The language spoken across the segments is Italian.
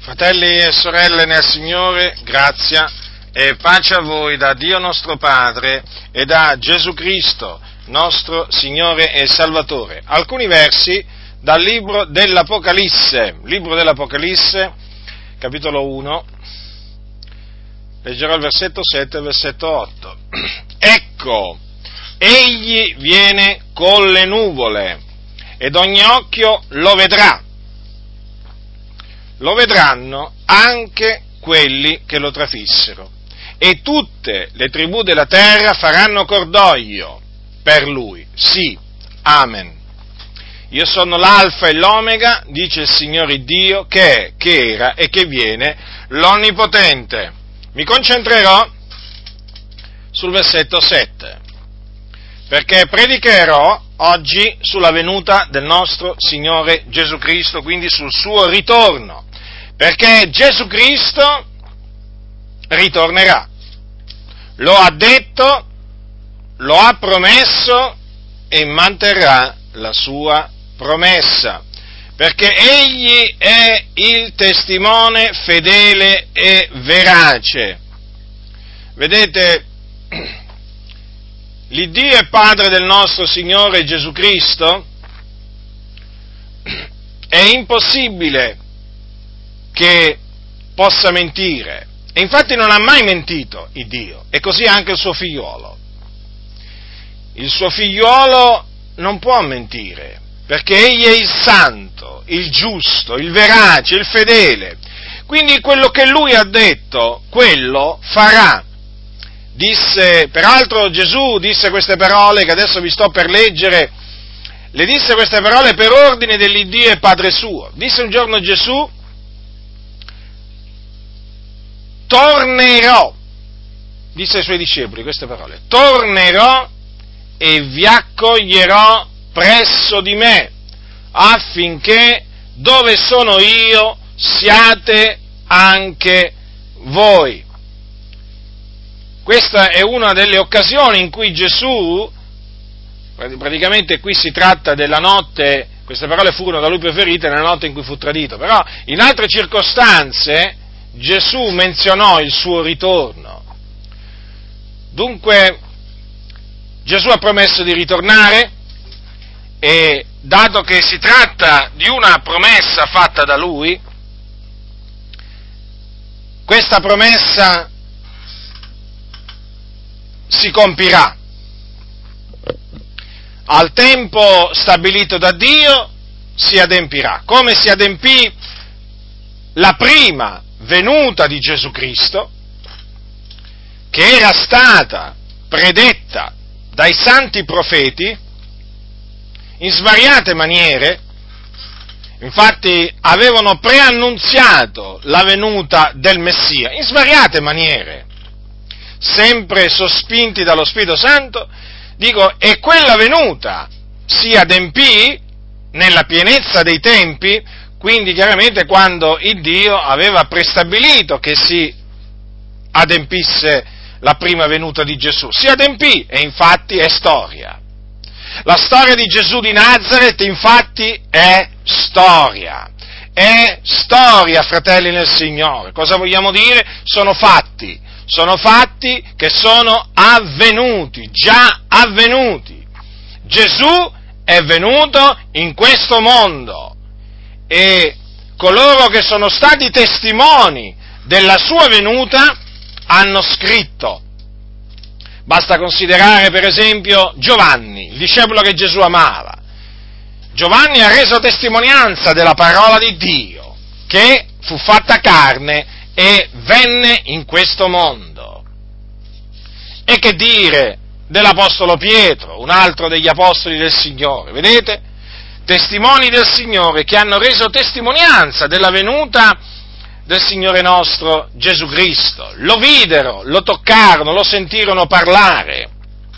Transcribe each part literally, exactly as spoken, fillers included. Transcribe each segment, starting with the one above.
Fratelli e sorelle nel Signore, grazia e pace a voi da Dio nostro Padre e da Gesù Cristo, nostro Signore e Salvatore. Alcuni versi dal libro dell'Apocalisse, libro dell'Apocalisse, capitolo uno, leggerò il versetto sette e il versetto otto. Ecco, egli viene con le nuvole ed ogni occhio lo vedrà. Lo vedranno anche quelli che lo trafissero, e tutte le tribù della terra faranno cordoglio per lui. Sì, amen. Io sono l'Alfa e l'Omega, dice il Signore Dio, che è, che era e che viene, l'Onnipotente. Mi concentrerò sul versetto sette, perché predicherò oggi sulla venuta del nostro Signore Gesù Cristo, quindi sul suo ritorno. Perché Gesù Cristo ritornerà, lo ha detto, lo ha promesso e manterrà la sua promessa, perché egli è il testimone fedele e verace. Vedete, l'Iddio e Padre del nostro Signore Gesù Cristo è impossibile che possa mentire, e infatti non ha mai mentito il Dio, e così anche il suo figliuolo. Il suo figliuolo non può mentire, perché egli è il santo, il giusto, il verace, il fedele, quindi quello che lui ha detto, quello farà. Disse, peraltro Gesù disse queste parole che adesso vi sto per leggere, le disse queste parole per ordine dell'Iddio e Padre suo. Disse un giorno Gesù: tornerò, disse ai suoi discepoli queste parole, tornerò e vi accoglierò presso di me, affinché dove sono io siate anche voi. Questa è una delle occasioni in cui Gesù, praticamente qui si tratta della notte, queste parole furono da lui proferite nella notte in cui fu tradito, però in altre circostanze Gesù menzionò il suo ritorno. Dunque Gesù ha promesso di ritornare, e dato che si tratta di una promessa fatta da lui, questa promessa si compirà. Al tempo stabilito da Dio si adempirà, come si adempì la prima venuta di Gesù Cristo, che era stata predetta dai santi profeti in svariate maniere. Infatti avevano preannunziato la venuta del Messia in svariate maniere, sempre sospinti dallo Spirito Santo, dico, e quella venuta si adempì nella pienezza dei tempi, quindi chiaramente quando il Dio aveva prestabilito che si adempisse la prima venuta di Gesù. Si adempì, e infatti è storia. La storia di Gesù di Nazaret infatti è storia. È storia, fratelli nel Signore. Cosa vogliamo dire? Sono fatti. Sono fatti che sono avvenuti, già avvenuti. Gesù è venuto in questo mondo, e coloro che sono stati testimoni della sua venuta hanno scritto. Basta considerare per esempio Giovanni, il discepolo che Gesù amava. Giovanni ha reso testimonianza della parola di Dio, che fu fatta carne e venne in questo mondo. E che dire dell'Apostolo Pietro, un altro degli Apostoli del Signore, vedete? Testimoni del Signore che hanno reso testimonianza della venuta del Signore nostro Gesù Cristo. Lo videro, lo toccarono, lo sentirono parlare.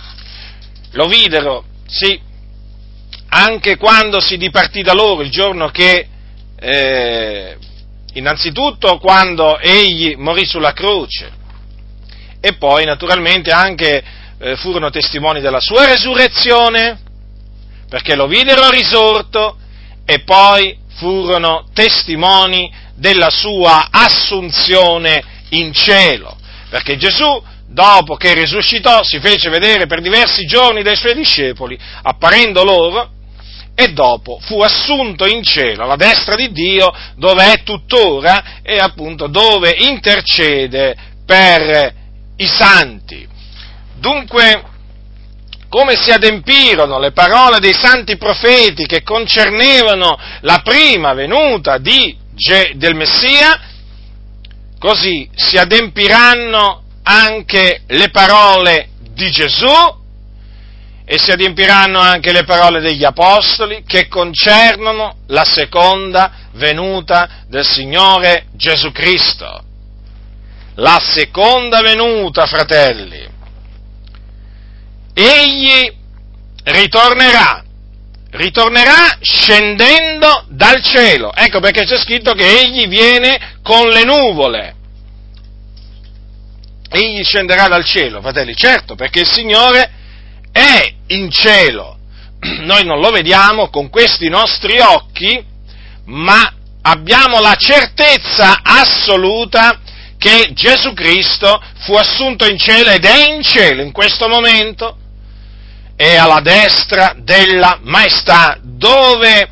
Lo videro, sì, anche quando si dipartì da loro, il giorno che, eh, innanzitutto quando egli morì sulla croce, e poi naturalmente anche eh, furono testimoni della sua resurrezione, perché lo videro risorto, e poi furono testimoni della sua assunzione in cielo, perché Gesù, dopo che risuscitò, si fece vedere per diversi giorni dai suoi discepoli, apparendo loro, e dopo fu assunto in cielo alla destra di Dio, dove è tuttora e appunto dove intercede per i santi. Dunque, come si adempirono le parole dei santi profeti che concernevano la prima venuta di, del Messia, così si adempiranno anche le parole di Gesù e si adempiranno anche le parole degli Apostoli che concernono la seconda venuta del Signore Gesù Cristo. La seconda venuta, fratelli. Egli ritornerà, ritornerà scendendo dal cielo. Ecco perché c'è scritto che egli viene con le nuvole. Egli scenderà dal cielo, fratelli, certo, perché il Signore è in cielo. Noi non lo vediamo con questi nostri occhi, ma abbiamo la certezza assoluta che Gesù Cristo fu assunto in cielo ed è in cielo in questo momento, è alla destra della maestà, dove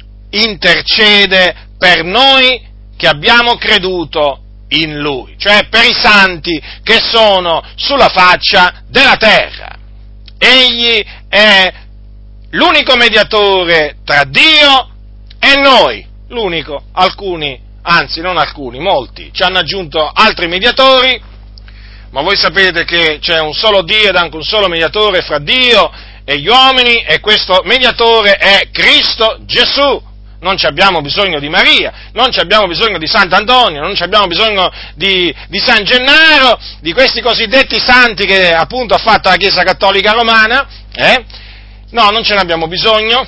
intercede per noi che abbiamo creduto in Lui, cioè per i santi che sono sulla faccia della terra. Egli è l'unico mediatore tra Dio e noi, l'unico. Alcuni, anzi non alcuni, molti, ci hanno aggiunto altri mediatori, ma voi sapete che c'è un solo Dio ed anche un solo mediatore fra Dio e gli uomini, e questo mediatore è Cristo Gesù. Non ci abbiamo bisogno di Maria, non ci abbiamo bisogno di Sant'Antonio, non ci abbiamo bisogno di, di San Gennaro, di questi cosiddetti santi che appunto ha fatto la Chiesa Cattolica Romana, eh? No, non ce ne abbiamo bisogno,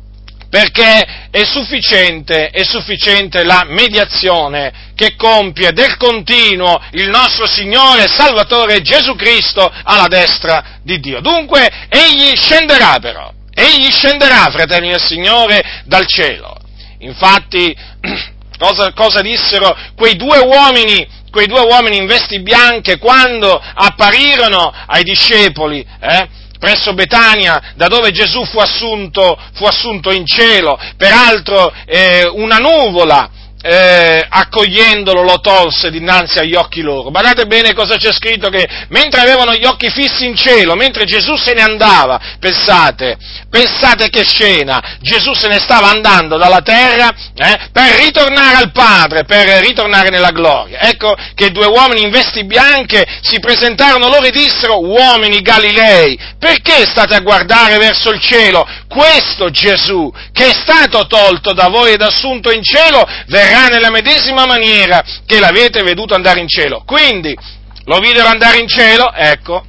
perché è sufficiente, è sufficiente la mediazione che compie del continuo il nostro Signore e Salvatore Gesù Cristo alla destra di Dio. Dunque, egli scenderà però, egli scenderà, fratelli del Signore, dal cielo. Infatti, cosa, cosa dissero quei due uomini, quei due uomini in vesti bianche quando apparirono ai discepoli, eh? presso Betania, da dove Gesù fu assunto, fu assunto in cielo, peraltro eh, una nuvola, eh, accogliendolo lo tolse dinanzi agli occhi loro. Badate bene cosa c'è scritto, che mentre avevano gli occhi fissi in cielo, mentre Gesù se ne andava, pensate, pensate che scena, Gesù se ne stava andando dalla terra eh, per ritornare al Padre, per ritornare nella gloria. Ecco che due uomini in vesti bianche si presentarono loro e dissero: uomini Galilei, perché state a guardare verso il cielo? Questo Gesù, che è stato tolto da voi ed assunto in cielo, verrà nella medesima maniera che l'avete veduto andare in cielo. Quindi, lo videro andare in cielo, ecco,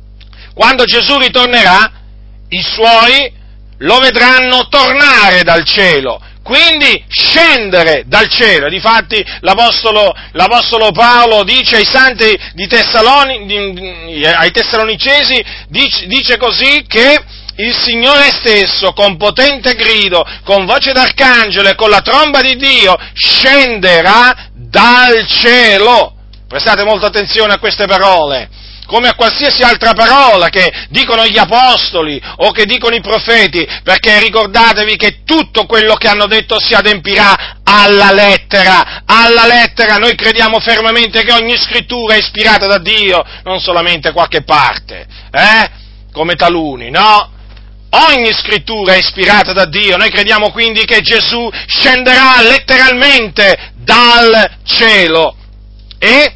quando Gesù ritornerà, i suoi lo vedranno tornare dal cielo, quindi scendere dal cielo. Difatti l'Apostolo, l'Apostolo Paolo dice ai santi di Tessaloni, di, ai Tessalonicesi, dice, dice così che il Signore stesso, con potente grido, con voce d'arcangelo e con la tromba di Dio, scenderà dal cielo. Prestate molta attenzione a queste parole, come a qualsiasi altra parola che dicono gli apostoli o che dicono i profeti, perché ricordatevi che tutto quello che hanno detto si adempirà alla lettera, alla lettera. Noi crediamo fermamente che ogni scrittura è ispirata da Dio, non solamente qualche parte, eh? Come taluni, no? Ogni scrittura è ispirata da Dio. Noi crediamo quindi che Gesù scenderà letteralmente dal cielo e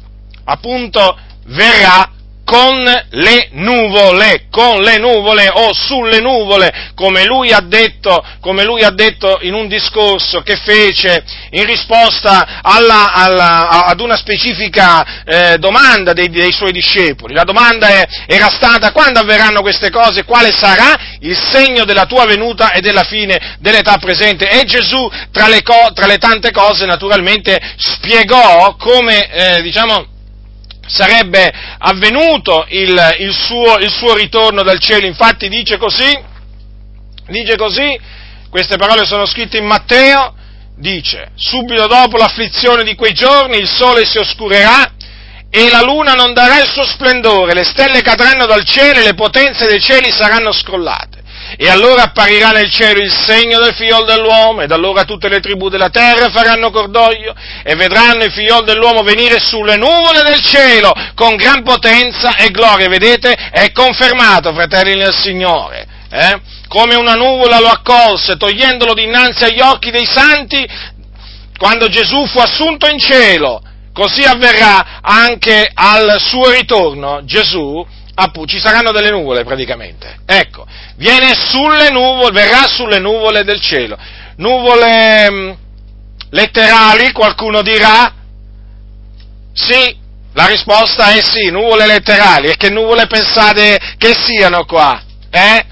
appunto verrà con le nuvole, con le nuvole o sulle nuvole, come lui ha detto, come lui ha detto in un discorso che fece in risposta alla, alla, ad una specifica eh, domanda dei, dei suoi discepoli. La domanda è, era stata: quando avverranno queste cose? Quale sarà il segno della tua venuta e della fine dell'età presente? E Gesù, tra le, co, tra le tante cose, naturalmente spiegò come, eh, diciamo, sarebbe avvenuto il, il, suo, il suo ritorno dal cielo. Infatti dice così, dice così, queste parole sono scritte in Matteo, dice, subito dopo l'afflizione di quei giorni il sole si oscurerà e la luna non darà il suo splendore, le stelle cadranno dal cielo e le potenze dei cieli saranno scrollate. E allora apparirà nel cielo il segno del figliol dell'uomo, ed allora tutte le tribù della terra faranno cordoglio, e vedranno il figliol dell'uomo venire sulle nuvole del cielo, con gran potenza e gloria. Vedete? È confermato, fratelli nel Signore, eh? Come una nuvola lo accolse, togliendolo dinanzi agli occhi dei santi, quando Gesù fu assunto in cielo, così avverrà anche al suo ritorno. Gesù, appunto, ci saranno delle nuvole praticamente, ecco, viene sulle nuvole, verrà sulle nuvole del cielo, nuvole mh, letterali, qualcuno dirà, sì, la risposta è sì, nuvole letterali, e che nuvole pensate che siano qua, eh?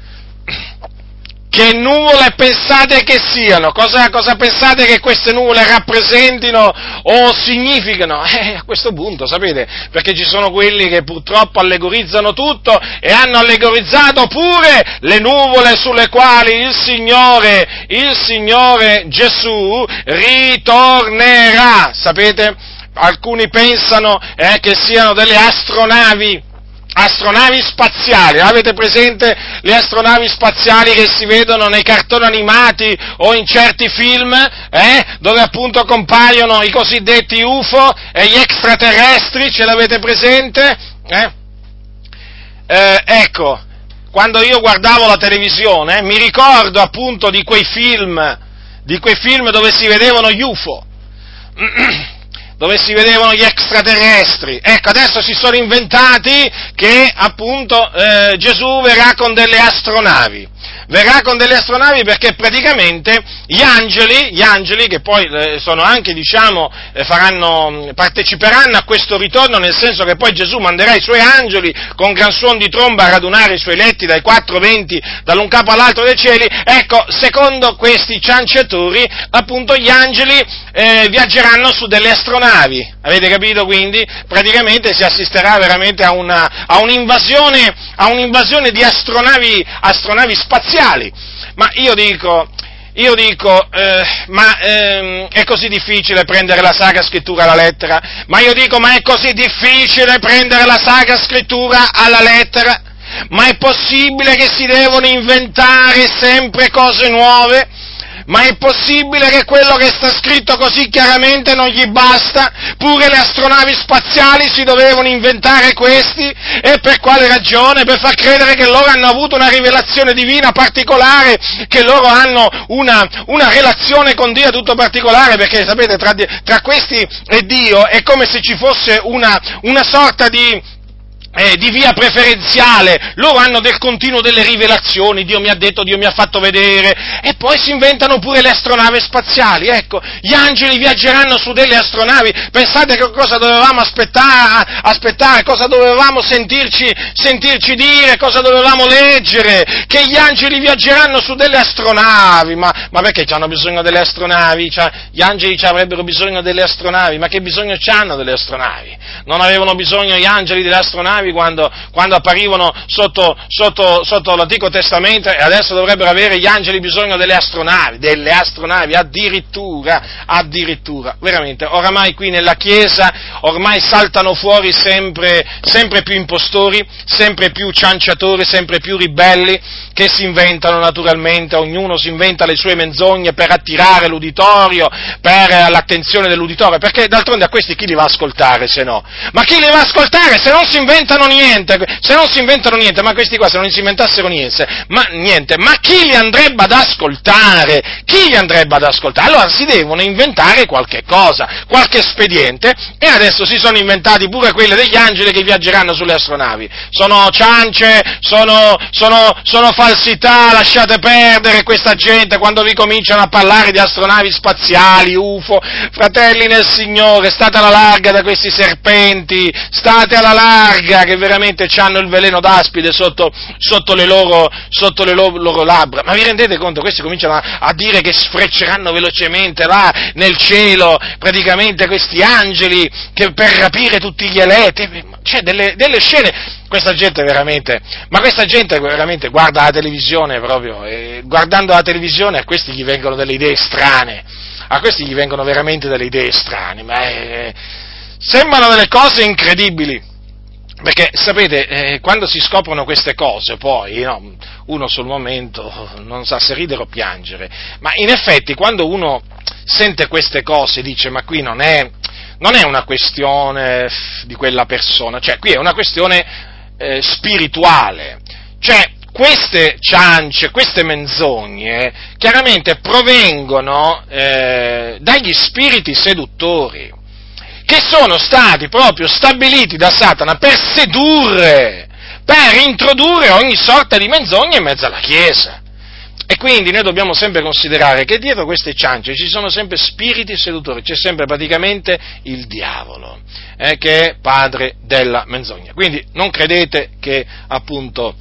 Che nuvole pensate che siano? Cosa, cosa pensate che queste nuvole rappresentino o significano? Eh, a questo punto, sapete, perché ci sono quelli che purtroppo allegorizzano tutto e hanno allegorizzato pure le nuvole sulle quali il Signore, il Signore Gesù ritornerà. Sapete? Alcuni pensano eh, che siano delle astronavi, astronavi spaziali. Avete presente le astronavi spaziali che si vedono nei cartoni animati o in certi film, eh, dove appunto compaiono i cosiddetti U F O e gli extraterrestri? Ce l'avete presente? Eh? Eh, ecco, quando io guardavo la televisione, mi ricordo appunto di quei film, di quei film dove si vedevano gli U F O, dove si vedevano gli extraterrestri. Ecco, adesso si sono inventati che appunto eh, Gesù verrà con delle astronavi. Verrà con delle astronavi perché praticamente gli angeli, gli angeli che poi eh, sono anche, diciamo, eh, faranno, parteciperanno a questo ritorno, nel senso che poi Gesù manderà i suoi angeli con gran suon di tromba a radunare i suoi eletti dai quattro venti, dall'un capo all'altro dei cieli. Ecco, secondo questi cianciatori, appunto gli angeli eh, viaggeranno su delle astronavi. Avete capito? Quindi praticamente si assisterà veramente a una, a un'invasione, a un'invasione di astronavi, astronavi spaziali. Ma io dico, io dico, eh, ma ehm, è così difficile prendere la Sacra Scrittura alla lettera? Ma io dico, ma è così difficile prendere la Sacra Scrittura alla lettera? Ma è possibile che si devono inventare sempre cose nuove? Ma è possibile che quello che sta scritto così chiaramente non gli basta? Pure le astronavi spaziali si dovevano inventare questi? E per quale ragione? Per far credere che loro hanno avuto una rivelazione divina particolare, che loro hanno una, una relazione con Dio tutto particolare, perché sapete, tra, tra questi e Dio è come se ci fosse una, una sorta di... Eh, di via preferenziale. Loro hanno del continuo delle rivelazioni, Dio mi ha detto, Dio mi ha fatto vedere, e poi si inventano pure le astronavi spaziali. Ecco, gli angeli viaggeranno su delle astronavi. Pensate che cosa dovevamo aspettare, aspettare, cosa dovevamo sentirci, sentirci dire, cosa dovevamo leggere, che gli angeli viaggeranno su delle astronavi. Ma, ma perché hanno bisogno delle astronavi? Cioè, gli angeli avrebbero bisogno delle astronavi, ma che bisogno c'hanno delle astronavi? Non avevano bisogno gli angeli delle astronavi Quando, quando apparivano sotto, sotto, sotto l'Antico Testamento, e adesso dovrebbero avere gli angeli bisogno delle astronavi, delle astronavi, addirittura, addirittura, veramente, oramai qui nella Chiesa, ormai saltano fuori sempre, sempre più impostori, sempre più cianciatori, sempre più ribelli, che si inventano naturalmente, ognuno si inventa le sue menzogne per attirare l'uditorio, per l'attenzione dell'uditorio, perché d'altronde a questi chi li va a ascoltare se no? Ma chi li va a ascoltare se non si inventano niente, se non si inventano niente, ma questi qua se non si inventassero niente, ma niente, ma chi li andrebbe ad ascoltare? Chi li andrebbe ad ascoltare? Allora si devono inventare qualche cosa, qualche espediente, e adesso si sono inventati pure quelle degli angeli che viaggeranno sulle astronavi. Sono ciance, sono, sono, sono falsità, lasciate perdere questa gente quando vi cominciano a parlare di astronavi spaziali, U F O. Fratelli nel Signore, state alla larga da questi serpenti, state alla larga, che veramente hanno il veleno d'aspide sotto, sotto le, loro, sotto le loro, loro labbra. Ma vi rendete conto? Questi cominciano a, a dire che sfrecceranno velocemente là nel cielo, praticamente questi angeli, che per rapire tutti gli eletti. C'è delle, delle scene. Questa gente veramente, ma questa gente veramente guarda la televisione proprio, e guardando la televisione a questi gli vengono delle idee strane, a questi gli vengono veramente delle idee strane, ma eh, sembrano delle cose incredibili. Perché, sapete, eh, quando si scoprono queste cose, poi, no, uno sul momento non sa se ridere o piangere, ma in effetti quando uno sente queste cose dice, ma qui non è, non è una questione di quella persona, cioè qui è una questione eh, spirituale, cioè queste ciance, queste menzogne, chiaramente provengono eh, dagli spiriti seduttori, che sono stati proprio stabiliti da Satana per sedurre, per introdurre ogni sorta di menzogna in mezzo alla Chiesa. E quindi noi dobbiamo sempre considerare che dietro queste ciance ci sono sempre spiriti seduttori, c'è sempre praticamente il diavolo, eh, che è padre della menzogna. Quindi non credete che appunto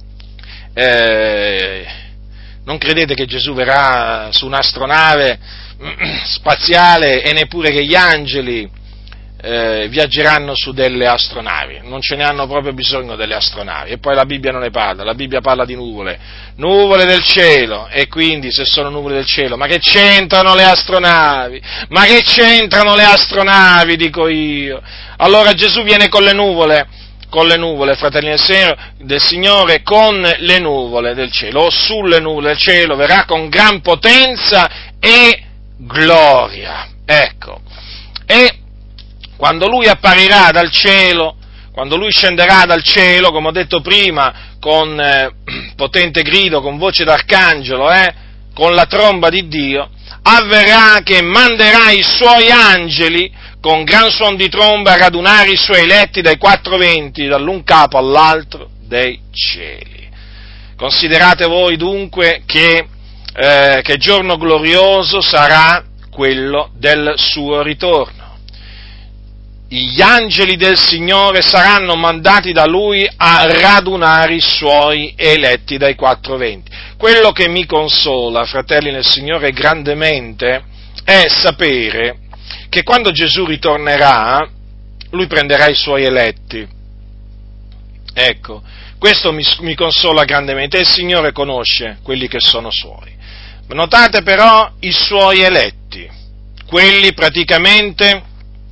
eh, non credete che Gesù verrà su un'astronave spaziale e neppure che gli angeli Eh, viaggeranno su delle astronavi, non ce ne hanno proprio bisogno delle astronavi, e poi la Bibbia non ne parla, la Bibbia parla di nuvole, nuvole del cielo, e quindi se sono nuvole del cielo, ma che c'entrano le astronavi? Ma che c'entrano le astronavi, dico io? Allora Gesù viene con le nuvole, con le nuvole, fratelli del Signore, del Signore, con le nuvole del cielo, o sulle nuvole del cielo, verrà con gran potenza e gloria, ecco, e quando lui apparirà dal cielo, quando lui scenderà dal cielo, come ho detto prima, con eh, potente grido, con voce d'arcangelo, eh, con la tromba di Dio, avverrà che manderà i suoi angeli con gran suon di tromba a radunare i suoi eletti dai quattro venti, dall'un capo all'altro dei cieli. Considerate voi dunque che, eh, che giorno glorioso sarà quello del suo ritorno. Gli angeli del Signore saranno mandati da Lui a radunare i Suoi eletti dai quattro venti. Quello che mi consola, fratelli nel Signore, grandemente, è sapere che quando Gesù ritornerà, Lui prenderà i Suoi eletti. Ecco, questo mi, mi consola grandemente, e il Signore conosce quelli che sono Suoi. Notate però i Suoi eletti, quelli praticamente...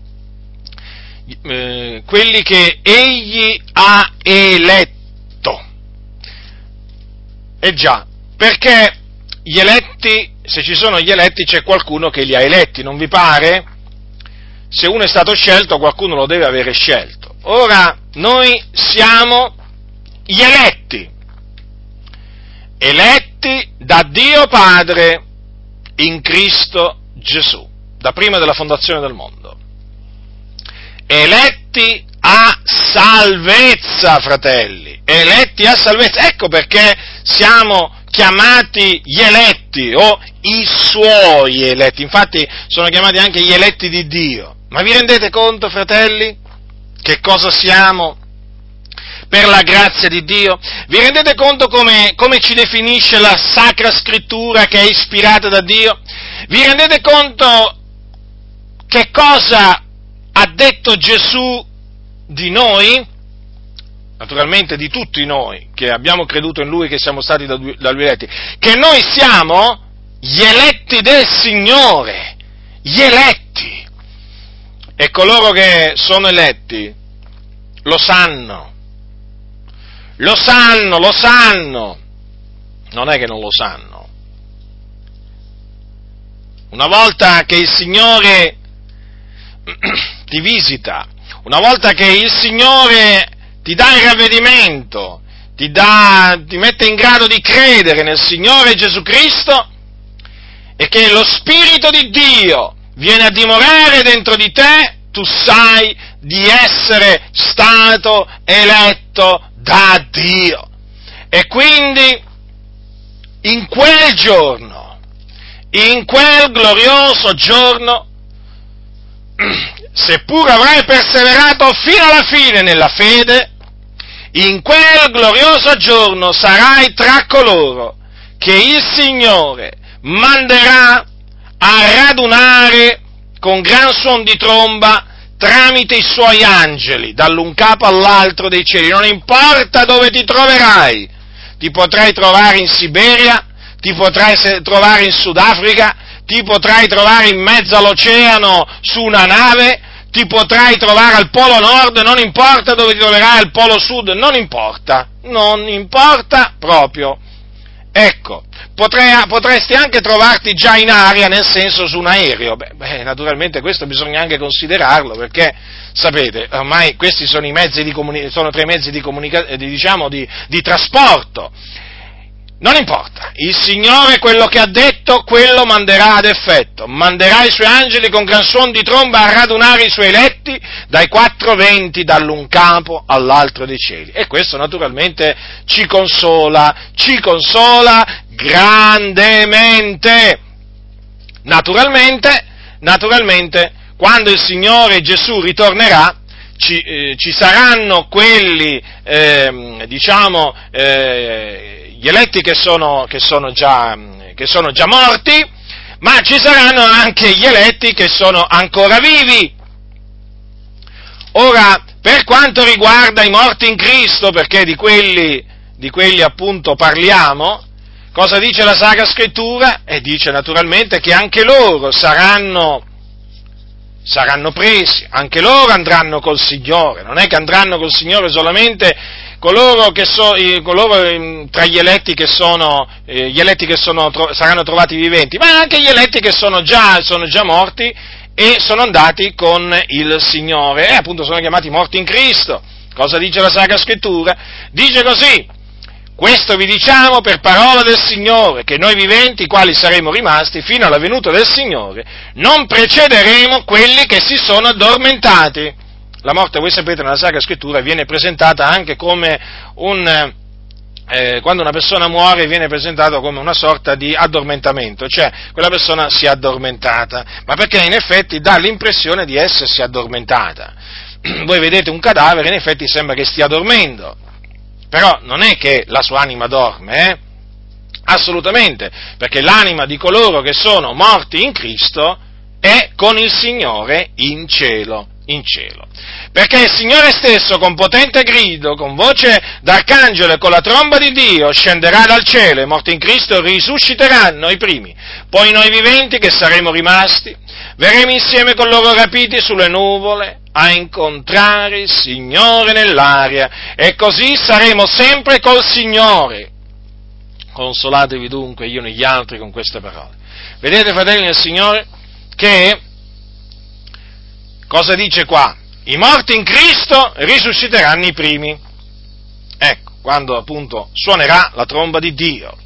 Eh, quelli che egli ha eletto. E già, perché gli eletti, se ci sono gli eletti c'è qualcuno che li ha eletti, non vi pare? Se uno è stato scelto, qualcuno lo deve avere scelto. Ora, noi siamo gli eletti, eletti da Dio Padre in Cristo Gesù, da prima della fondazione del mondo. Eletti a salvezza, fratelli, eletti a salvezza, ecco perché siamo chiamati gli eletti, o i suoi eletti, infatti sono chiamati anche gli eletti di Dio. Ma vi rendete conto, fratelli, che cosa siamo per la grazia di Dio? Vi rendete conto come, come ci definisce la Sacra Scrittura, che è ispirata da Dio? Vi rendete conto che cosa ha detto Gesù di noi? Naturalmente di tutti noi che abbiamo creduto in Lui, che siamo stati da Lui eletti, che noi siamo gli eletti del Signore, gli eletti, e coloro che sono eletti lo sanno, lo sanno, lo sanno, non è che non lo sanno. Una volta che il Signore ti visita, una volta che il Signore ti dà il ravvedimento, ti dà, ti mette in grado di credere nel Signore Gesù Cristo, e che lo Spirito di Dio viene a dimorare dentro di te, tu sai di essere stato eletto da Dio. E quindi in quel giorno, in quel glorioso giorno, seppur avrai perseverato fino alla fine nella fede, in quel glorioso giorno sarai tra coloro che il Signore manderà a radunare con gran suon di tromba tramite i Suoi angeli, dall'un capo all'altro dei cieli. Non importa dove ti troverai, ti potrai trovare in Siberia, ti potrai trovare in Sudafrica, ti potrai trovare in mezzo all'oceano su una nave, ti potrai trovare al Polo Nord, non importa dove ti troverai al Polo Sud, non importa, non importa proprio. Ecco, potrei, potresti anche trovarti già in aria, nel senso su un aereo. Beh, beh, naturalmente questo bisogna anche considerarlo, perché, sapete, ormai questi sono i mezzi di comuni- sono tre mezzi di comunicazione, diciamo, di, di trasporto. Non importa, il Signore quello che ha detto, quello manderà ad effetto, manderà i suoi angeli con gran suon di tromba a radunare i suoi eletti dai quattro venti, dall'un capo all'altro dei cieli. E questo naturalmente ci consola, ci consola grandemente. Naturalmente, naturalmente, quando il Signore Gesù ritornerà, ci, eh, ci saranno quelli, eh, diciamo, eh, gli eletti che sono, che sono già, che sono già morti, ma ci saranno anche gli eletti che sono ancora vivi. Ora, per quanto riguarda i morti in Cristo, perché di quelli, di quelli appunto parliamo, cosa dice la Sacra Scrittura? E dice naturalmente che anche loro saranno, saranno presi, anche loro andranno col Signore, non è che andranno col Signore solamente coloro che so, coloro tra gli eletti che sono, eh, gli eletti che sono, tro, saranno trovati viventi, ma anche gli eletti che sono già, sono già morti e sono andati con il Signore, e appunto sono chiamati morti in Cristo. Cosa dice la Sacra Scrittura? Dice così: questo vi diciamo per parola del Signore, che noi viventi, quali saremo rimasti fino alla venuta del Signore, non precederemo quelli che si sono addormentati. La morte, voi sapete, nella Sacra Scrittura viene presentata anche come un, eh, quando una persona muore viene presentata come una sorta di addormentamento, cioè quella persona si è addormentata, ma perché in effetti dà l'impressione di essersi addormentata. Voi vedete un cadavere, in effetti sembra che stia dormendo, però non è che la sua anima dorme, eh? Assolutamente, perché l'anima di coloro che sono morti in Cristo è con il Signore in cielo. in cielo, perché il Signore stesso con potente grido, con voce d'arcangelo e con la tromba di Dio scenderà dal cielo, e i morti in Cristo risusciteranno i primi, poi noi viventi che saremo rimasti verremo insieme con loro rapiti sulle nuvole a incontrare il Signore nell'aria, e così saremo sempre col Signore. Consolatevi dunque gli uni gli altri con queste parole. Vedete, fratelli del Signore, che cosa dice qua? I morti in Cristo risusciteranno i primi. Ecco, quando appunto suonerà la tromba di Dio.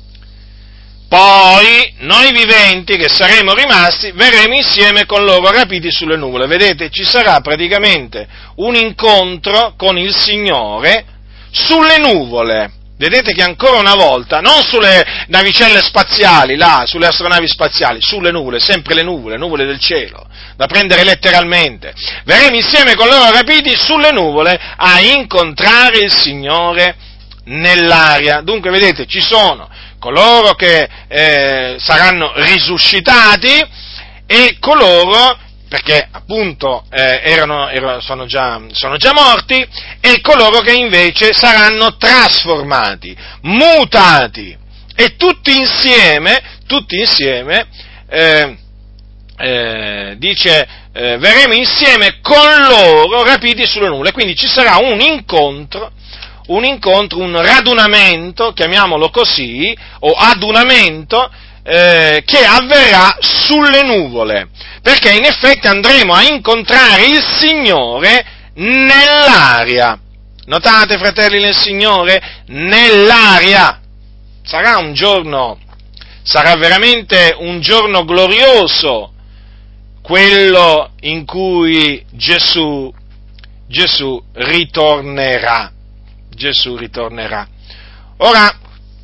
Poi noi viventi che saremo rimasti verremo insieme con loro rapiti sulle nuvole. Vedete, ci sarà praticamente un incontro con il Signore sulle nuvole. Vedete che ancora una volta, non sulle navicelle spaziali, là, sulle astronavi spaziali, sulle nuvole, sempre le nuvole, nuvole del cielo, da prendere letteralmente. Verremo insieme con loro rapiti sulle nuvole a incontrare il Signore nell'aria. Dunque, vedete, ci sono coloro che eh, saranno risuscitati e coloro, perché appunto eh, erano, erano, sono, già, sono già morti, e coloro che invece saranno trasformati, mutati, e tutti insieme, tutti insieme, eh, eh, dice, eh, verremo insieme con loro rapiti sulle nuvole, quindi ci sarà un incontro, un incontro, un radunamento, chiamiamolo così, o adunamento, eh, che avverrà sulle nuvole, perché in effetti andremo a incontrare il Signore nell'aria. Notate, fratelli nel Signore? Nell'aria. Sarà un giorno, sarà veramente un giorno glorioso, quello in cui Gesù, Gesù ritornerà. Gesù ritornerà. Ora,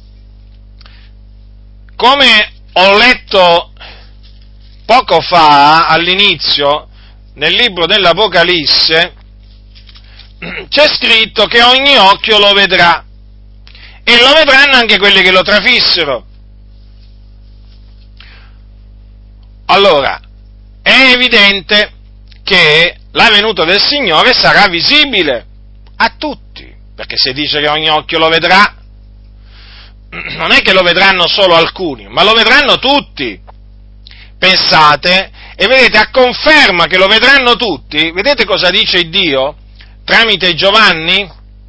come ho letto poco fa, all'inizio, nel libro dell'Apocalisse, c'è scritto che ogni occhio lo vedrà, e lo vedranno anche quelli che lo trafissero. Allora, è evidente che la venuta del Signore sarà visibile a tutti, perché se dice che ogni occhio lo vedrà, non è che lo vedranno solo alcuni, ma lo vedranno tutti. pensate, e vedete, a conferma che lo vedranno tutti, vedete cosa dice Dio tramite Giovanni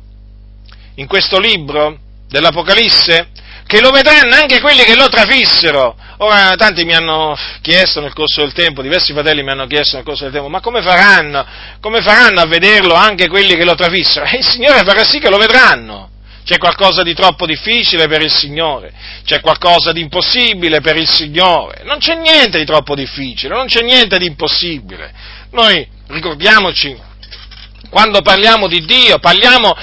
in questo libro dell'Apocalisse? Che lo vedranno anche quelli che lo trafissero. Ora, tanti mi hanno chiesto nel corso del tempo, diversi fratelli mi hanno chiesto nel corso del tempo, ma come faranno? Come faranno a vederlo anche quelli che lo trafissero? E il Signore farà sì che lo vedranno. C'è qualcosa di troppo difficile per il Signore, c'è qualcosa di impossibile per il Signore, non c'è niente di troppo difficile, non c'è niente di impossibile. Noi, ricordiamoci, quando parliamo di Dio, parliamo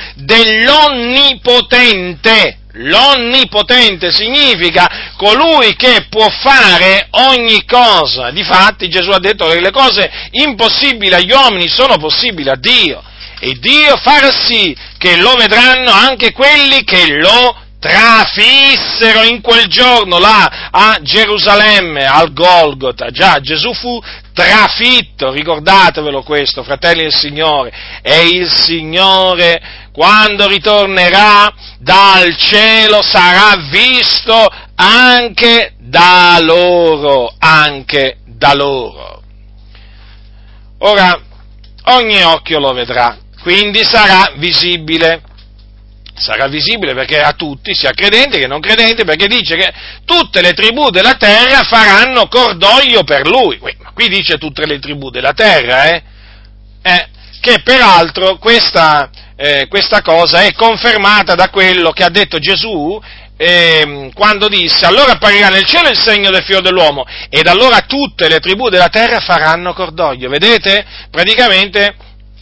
dell'Onnipotente. L'Onnipotente significa colui che può fare ogni cosa. Difatti Gesù ha detto che le cose impossibili agli uomini sono possibili a Dio, e Dio farà sì che lo vedranno anche quelli che lo trafissero in quel giorno là a Gerusalemme, al Golgota. Già, Gesù fu trafitto, ricordatevelo questo, fratelli del Signore, e il Signore, quando ritornerà dal cielo, sarà visto anche da loro, anche da loro. Ora, ogni occhio lo vedrà, quindi sarà visibile. Sarà visibile perché a tutti, sia credenti che non credenti, perché dice che tutte le tribù della terra faranno cordoglio per lui. Ma qui dice tutte le tribù della terra, eh? eh che peraltro questa, eh, questa cosa è confermata da quello che ha detto Gesù eh, quando disse: allora apparirà nel cielo il segno del Figlio dell'uomo, ed allora tutte le tribù della terra faranno cordoglio. Vedete? Praticamente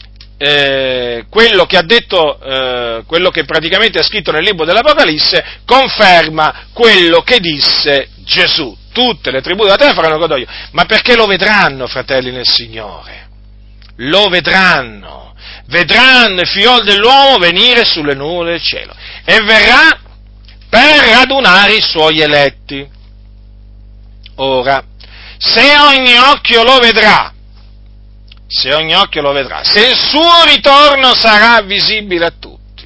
Eh, quello che ha detto, eh, quello che praticamente è scritto nel libro dell'Apocalisse conferma quello che disse Gesù. Tutte le tribù della terra faranno cordoglio. Ma perché lo vedranno, fratelli nel Signore? Lo vedranno. Vedranno il Figlio dell'uomo venire sulle nuvole del cielo, e verrà per radunare i suoi eletti. Ora, se ogni occhio lo vedrà, se ogni occhio lo vedrà, se il suo ritorno sarà visibile a tutti,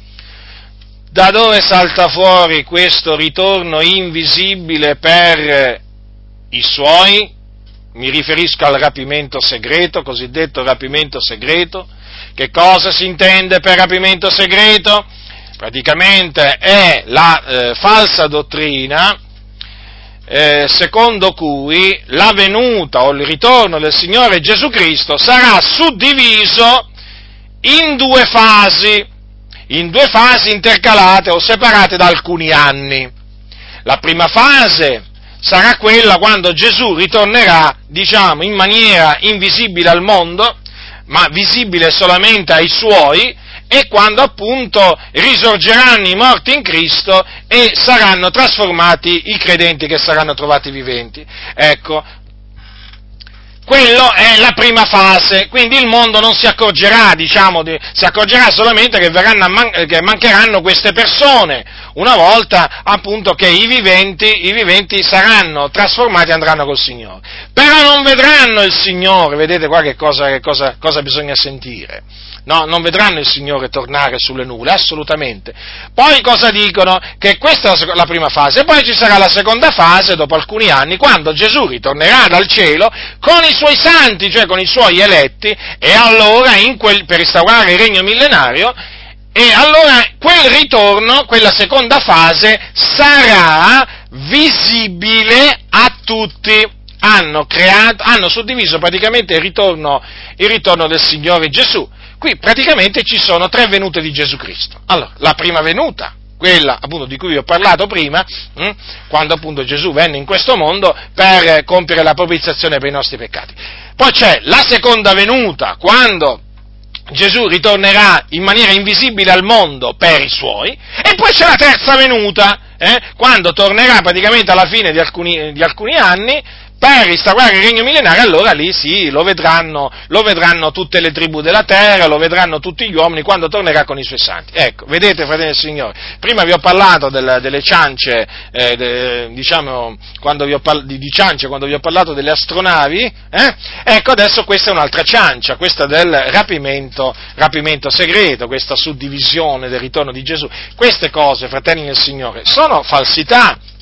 da dove salta fuori questo ritorno invisibile per i suoi? Mi riferisco al rapimento segreto, cosiddetto rapimento segreto. Che cosa si intende per rapimento segreto? Praticamente è la eh, falsa dottrina Eh, secondo cui la venuta o il ritorno del Signore Gesù Cristo sarà suddiviso in due fasi, in due fasi intercalate o separate da alcuni anni. La prima fase sarà quella quando Gesù ritornerà, diciamo, in maniera invisibile al mondo, ma visibile solamente ai suoi, e quando appunto risorgeranno i morti in Cristo e saranno trasformati i credenti che saranno trovati viventi. Ecco, quello è la prima fase, quindi il mondo non si accorgerà, diciamo, di, si accorgerà solamente che, verranno a man- che mancheranno queste persone, una volta appunto che i viventi, i viventi saranno trasformati e andranno col Signore. Però non vedranno il Signore, vedete qua che cosa, che cosa, cosa bisogna sentire. No, non vedranno il Signore tornare sulle nuvole, assolutamente. Poi cosa dicono? Che questa è la prima fase, e poi ci sarà la seconda fase, dopo alcuni anni, quando Gesù ritornerà dal cielo con i suoi santi, cioè con i suoi eletti, e allora in quel, per instaurare il regno millenario, e allora quel ritorno, quella seconda fase, sarà visibile a tutti. Hanno creato, hanno suddiviso praticamente il ritorno, il ritorno del Signore Gesù. Qui praticamente ci sono tre venute di Gesù Cristo. Allora, la prima venuta, quella appunto di cui vi ho parlato prima, hm, quando appunto Gesù venne in questo mondo per compiere la propiziazione per i nostri peccati. Poi c'è la seconda venuta, quando Gesù ritornerà in maniera invisibile al mondo per i suoi, e poi c'è la terza venuta, eh, quando tornerà praticamente alla fine di alcuni, di alcuni anni, per instaurare il regno millenario. Allora lì sì, lo vedranno, lo vedranno tutte le tribù della terra, lo vedranno tutti gli uomini quando tornerà con i suoi santi. Ecco, vedete, fratelli del Signore, prima vi ho parlato del, delle ciance, eh, de, diciamo, quando vi ho parlato di, di ciance, quando vi ho parlato delle astronavi, eh? Ecco, adesso questa è un'altra ciancia, questa del rapimento, rapimento segreto, questa suddivisione del ritorno di Gesù. Queste cose, fratelli del Signore, sono falsità.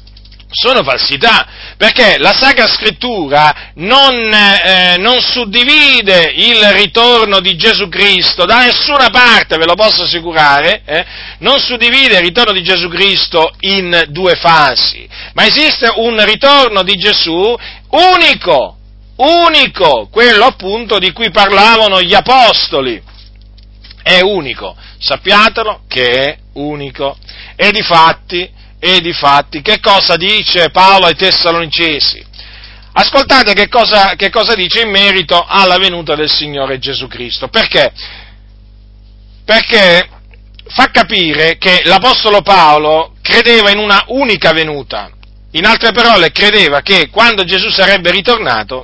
sono falsità, perché la Sacra Scrittura non, eh, non suddivide il ritorno di Gesù Cristo da nessuna parte, ve lo posso assicurare, eh, non suddivide il ritorno di Gesù Cristo in due fasi, ma esiste un ritorno di Gesù unico, unico, quello appunto di cui parlavano gli Apostoli, è unico, sappiatelo che è unico, e difatti E difatti, che cosa dice Paolo ai Tessalonicesi? Ascoltate che cosa, che cosa dice in merito alla venuta del Signore Gesù Cristo. Perché? Perché fa capire che l'Apostolo Paolo credeva in una unica venuta. In altre parole, credeva che quando Gesù sarebbe ritornato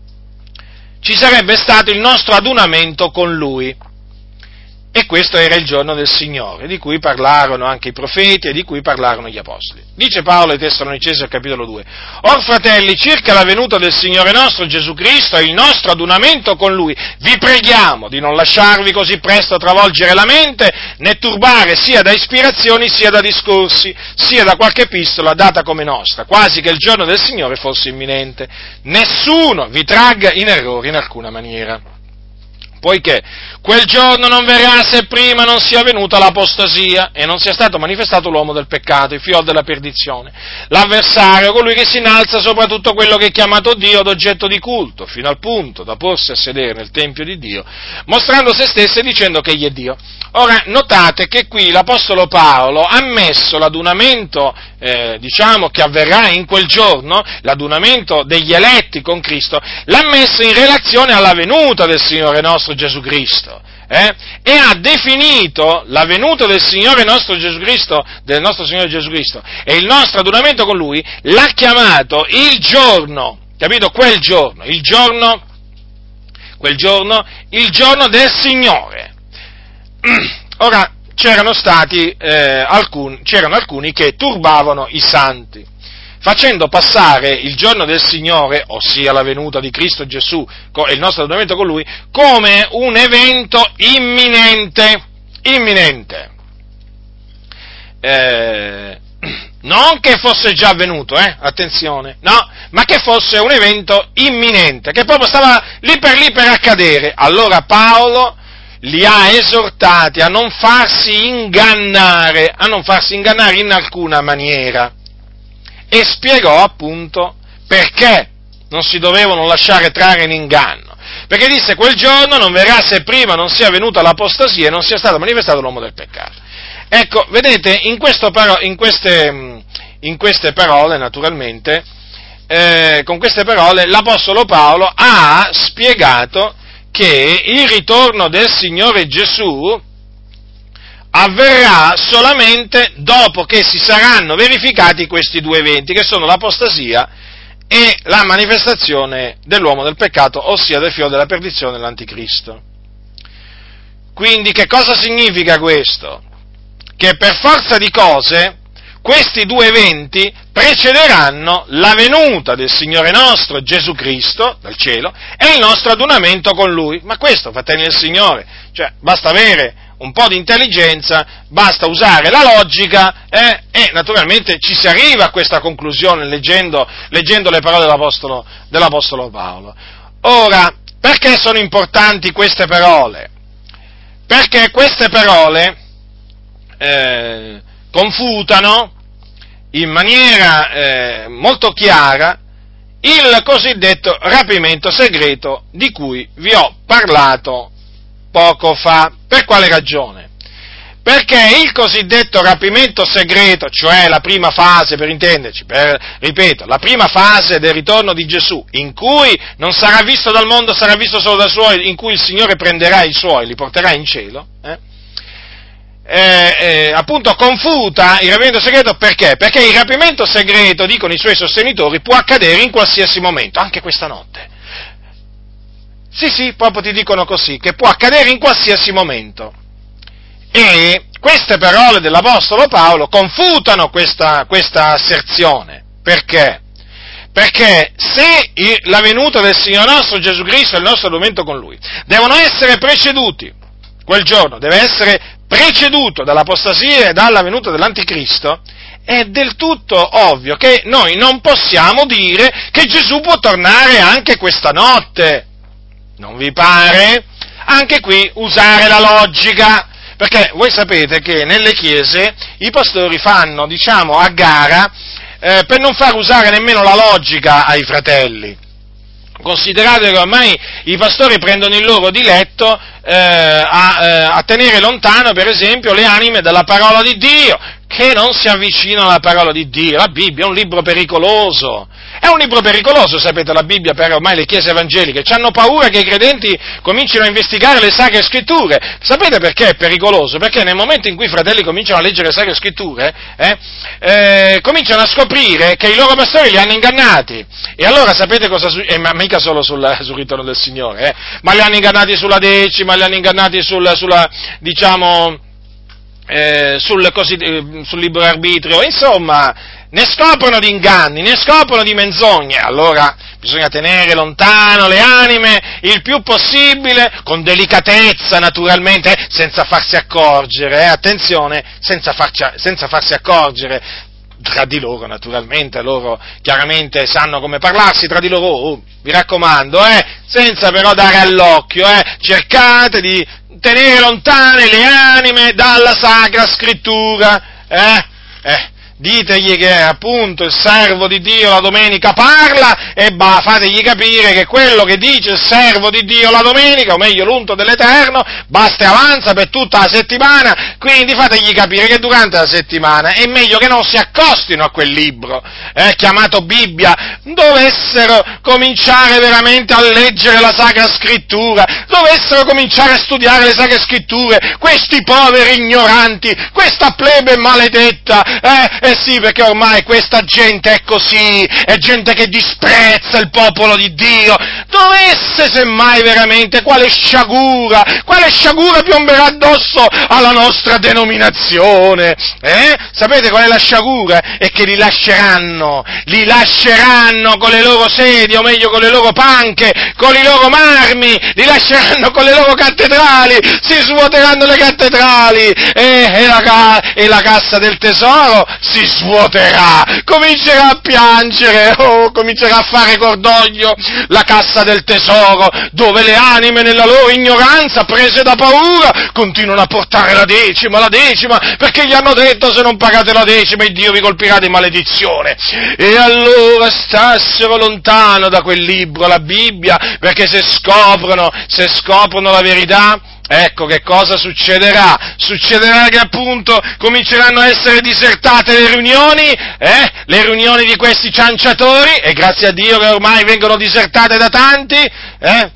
ci sarebbe stato il nostro adunamento con Lui. E questo era il giorno del Signore, di cui parlarono anche i profeti e di cui parlarono gli apostoli. Dice Paolo ai Tessalonicesi al capitolo due: Or fratelli, circa la venuta del Signore nostro Gesù Cristo e il nostro adunamento con Lui, vi preghiamo di non lasciarvi così presto travolgere la mente, né turbare sia da ispirazioni sia da discorsi, sia da qualche epistola data come nostra, quasi che il giorno del Signore fosse imminente. Nessuno vi tragga in errore in alcuna maniera. Poiché quel giorno non verrà se prima non sia venuta l'apostasia e non sia stato manifestato l'uomo del peccato, il figlio della perdizione, l'avversario, colui che si innalza sopra tutto quello che è chiamato Dio ad oggetto di culto, fino al punto da porsi a sedere nel Tempio di Dio, mostrando se stesso e dicendo che egli è Dio. Ora, notate che qui l'Apostolo Paolo ha messo l'adunamento, eh, diciamo, che avverrà in quel giorno, l'adunamento degli eletti con Cristo, l'ha messo in relazione alla venuta del Signore nostro Gesù Cristo, eh? E ha definito la venuta del Signore nostro Gesù Cristo, del nostro Signore Gesù Cristo, e il nostro adunamento con Lui, l'ha chiamato il giorno, capito? Quel giorno, il giorno, quel giorno, il giorno del Signore. Ora, c'erano stati eh, alcuni, c'erano alcuni che turbavano i santi, facendo passare il giorno del Signore, ossia la venuta di Cristo Gesù e il nostro adunamento con Lui, come un evento imminente, imminente. Eh, non che fosse già avvenuto, eh, attenzione, no, ma che fosse un evento imminente, che proprio stava lì per lì per accadere. Allora Paolo li ha esortati a non farsi ingannare, a non farsi ingannare in alcuna maniera, e spiegò appunto perché non si dovevano lasciare trarre in inganno, perché disse: quel giorno non verrà se prima non sia venuta l'apostasia e non sia stato manifestato l'uomo del peccato. Ecco, vedete, in, questo paro- in, queste, in queste parole, naturalmente, eh, con queste parole l'Apostolo Paolo ha spiegato che il ritorno del Signore Gesù avverrà solamente dopo che si saranno verificati questi due eventi, che sono l'apostasia e la manifestazione dell'uomo del peccato, ossia del figlio della perdizione, l'anticristo. Quindi che cosa significa questo? Che per forza di cose questi due eventi precederanno la venuta del Signore nostro Gesù Cristo dal cielo e il nostro adunamento con Lui. Ma questo, fratelli del Signore, cioè basta avere un po' di intelligenza, basta usare la logica eh, e naturalmente ci si arriva a questa conclusione leggendo, leggendo le parole dell'Apostolo, dell'Apostolo Paolo. Ora, perché sono importanti queste parole? Perché queste parole eh, confutano in maniera eh, molto chiara il cosiddetto rapimento segreto di cui vi ho parlato poco fa. Per quale ragione? Perché il cosiddetto rapimento segreto, cioè la prima fase, per intenderci, per, ripeto, la prima fase del ritorno di Gesù, in cui non sarà visto dal mondo, sarà visto solo dai suoi, in cui il Signore prenderà i suoi, li porterà in cielo, eh? Eh, eh, appunto confuta il rapimento segreto. Perché? Perché il rapimento segreto, dicono i suoi sostenitori, può accadere in qualsiasi momento, anche questa notte. Sì, sì, proprio ti dicono così, che può accadere in qualsiasi momento. E queste parole dell'Apostolo Paolo confutano questa, questa asserzione. Perché? Perché se la venuta del Signore nostro Gesù Cristo e il nostro adunamento con Lui devono essere preceduti, quel giorno deve essere preceduto dall'apostasia e dalla venuta dell'anticristo, è del tutto ovvio che noi non possiamo dire che Gesù può tornare anche questa notte. Non vi pare? Anche qui usare la logica, perché voi sapete che nelle chiese i pastori fanno, diciamo, a gara eh, per non far usare nemmeno la logica ai fratelli. Considerate che ormai i pastori prendono il loro diletto eh, a, eh, a tenere lontano, per esempio, le anime dalla parola di Dio, che non si avvicinano alla parola di Dio. La Bibbia è un libro pericoloso, è un libro pericoloso, sapete, la Bibbia, per ormai le chiese evangeliche, hanno paura che i credenti comincino a investigare le Sacre Scritture. Sapete perché è pericoloso? Perché nel momento in cui i fratelli cominciano a leggere le Sacre Scritture, eh, eh, cominciano a scoprire che i loro pastori li hanno ingannati, e allora sapete cosa succede? Eh, ma mica solo sul, sul ritorno del Signore, eh, ma li hanno ingannati sulla decima, li hanno ingannati sul, sulla, diciamo, Eh, sul, così, eh, sul libero arbitrio, insomma, ne scoprono di inganni, ne scoprono di menzogne. Allora bisogna tenere lontano le anime il più possibile, con delicatezza naturalmente, eh, senza farsi accorgere, eh, attenzione, senza, farci, senza farsi accorgere. Tra di loro, naturalmente, loro chiaramente sanno come parlarsi tra di loro, oh, vi raccomando, eh, senza però dare all'occhio, eh, cercate di tenere lontane le anime dalla Sacra Scrittura, eh, eh, ditegli che appunto il servo di Dio la domenica parla e bah, fategli capire che quello che dice il servo di Dio la domenica, o meglio l'unto dell'Eterno, basta e avanza per tutta la settimana, quindi fategli capire che durante la settimana è meglio che non si accostino a quel libro, eh, chiamato Bibbia, dovessero cominciare veramente a leggere la Sacra Scrittura, dovessero cominciare a studiare le Sacre Scritture, questi poveri ignoranti, questa plebe maledetta, eh, Eh sì, perché ormai questa gente è così, è gente che disprezza il popolo di Dio. Dovesse semmai veramente, quale sciagura, quale sciagura piomberà addosso alla nostra denominazione? Eh? Sapete qual è la sciagura? È che li lasceranno, li lasceranno con le loro sedie, o meglio con le loro panche, con i loro marmi, li lasceranno con le loro cattedrali, si svuoteranno le cattedrali, e, e, la, e la cassa del tesoro si svuoterà, comincerà a piangere, oh, comincerà a fare cordoglio la cassa del tesoro, dove le anime nella loro ignoranza, prese da paura, continuano a portare la decima, la decima, perché gli hanno detto se non pagate la decima il Dio vi colpirà di maledizione. E allora stassero lontano da quel libro, la Bibbia, perché se scoprono, se scoprono la verità, ecco che cosa succederà? Succederà che appunto cominceranno a essere disertate le riunioni, eh? Le riunioni di questi cianciatori, e grazie a Dio che ormai vengono disertate da tanti, eh?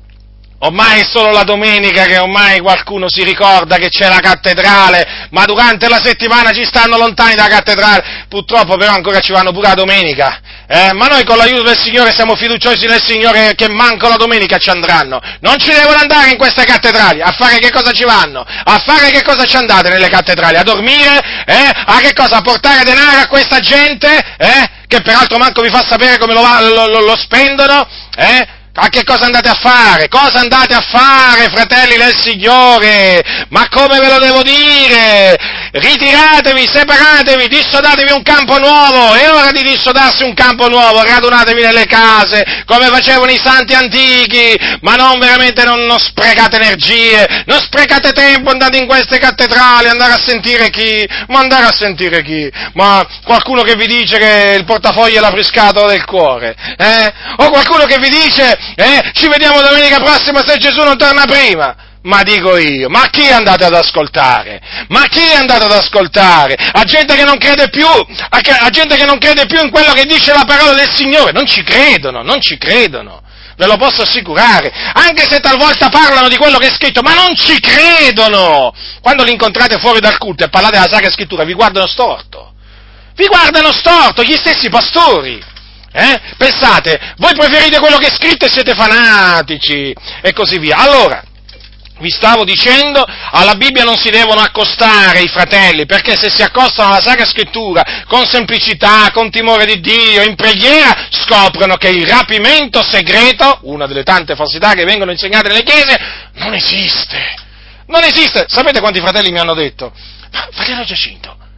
Ormai è solo la domenica che ormai qualcuno si ricorda che c'è la cattedrale, ma durante la settimana ci stanno lontani dalla cattedrale, purtroppo però ancora ci vanno pure la domenica, eh? Ma noi con l'aiuto del Signore siamo fiduciosi nel Signore che manco la domenica ci andranno, non ci devono andare in queste cattedrali, a fare che cosa ci vanno? A fare che cosa ci andate nelle cattedrali? A dormire? Eh? A che cosa? A portare denaro a questa gente? Eh? Che peraltro manco vi fa sapere come lo, lo, lo, lo spendono? Eh? A che cosa andate a fare? Cosa andate a fare, fratelli del Signore? Ma come ve lo devo dire? Ritiratevi, separatevi, dissodatevi un campo nuovo, è ora di dissodarsi un campo nuovo, radunatevi nelle case, come facevano i santi antichi, ma non veramente, non, non sprecate energie, non sprecate tempo, andate in queste cattedrali, andare a sentire chi? Ma andare a sentire chi? Ma qualcuno che vi dice che il portafoglio è l'apriscatole del cuore, eh? O qualcuno che vi dice Eh, ci vediamo domenica prossima se Gesù non torna prima. Ma dico io, ma chi andate ad ascoltare? Ma chi andate ad ascoltare? A gente che non crede più, a, a gente che non crede più in quello che dice la parola del Signore, non ci credono, non ci credono. Ve lo posso assicurare, anche se talvolta parlano di quello che è scritto, ma non ci credono. Quando li incontrate fuori dal culto e parlate della Sacra Scrittura, vi guardano storto. Vi guardano storto, gli stessi pastori. Eh? Pensate, voi preferite quello che è scritto e siete fanatici, e così via. Allora, vi stavo dicendo, alla Bibbia non si devono accostare i fratelli, perché se si accostano alla Sacra Scrittura con semplicità, con timore di Dio, in preghiera, scoprono che il rapimento segreto, una delle tante falsità che vengono insegnate nelle chiese, non esiste. Non esiste. Sapete quanti fratelli mi hanno detto? Ma fratello Giacinto,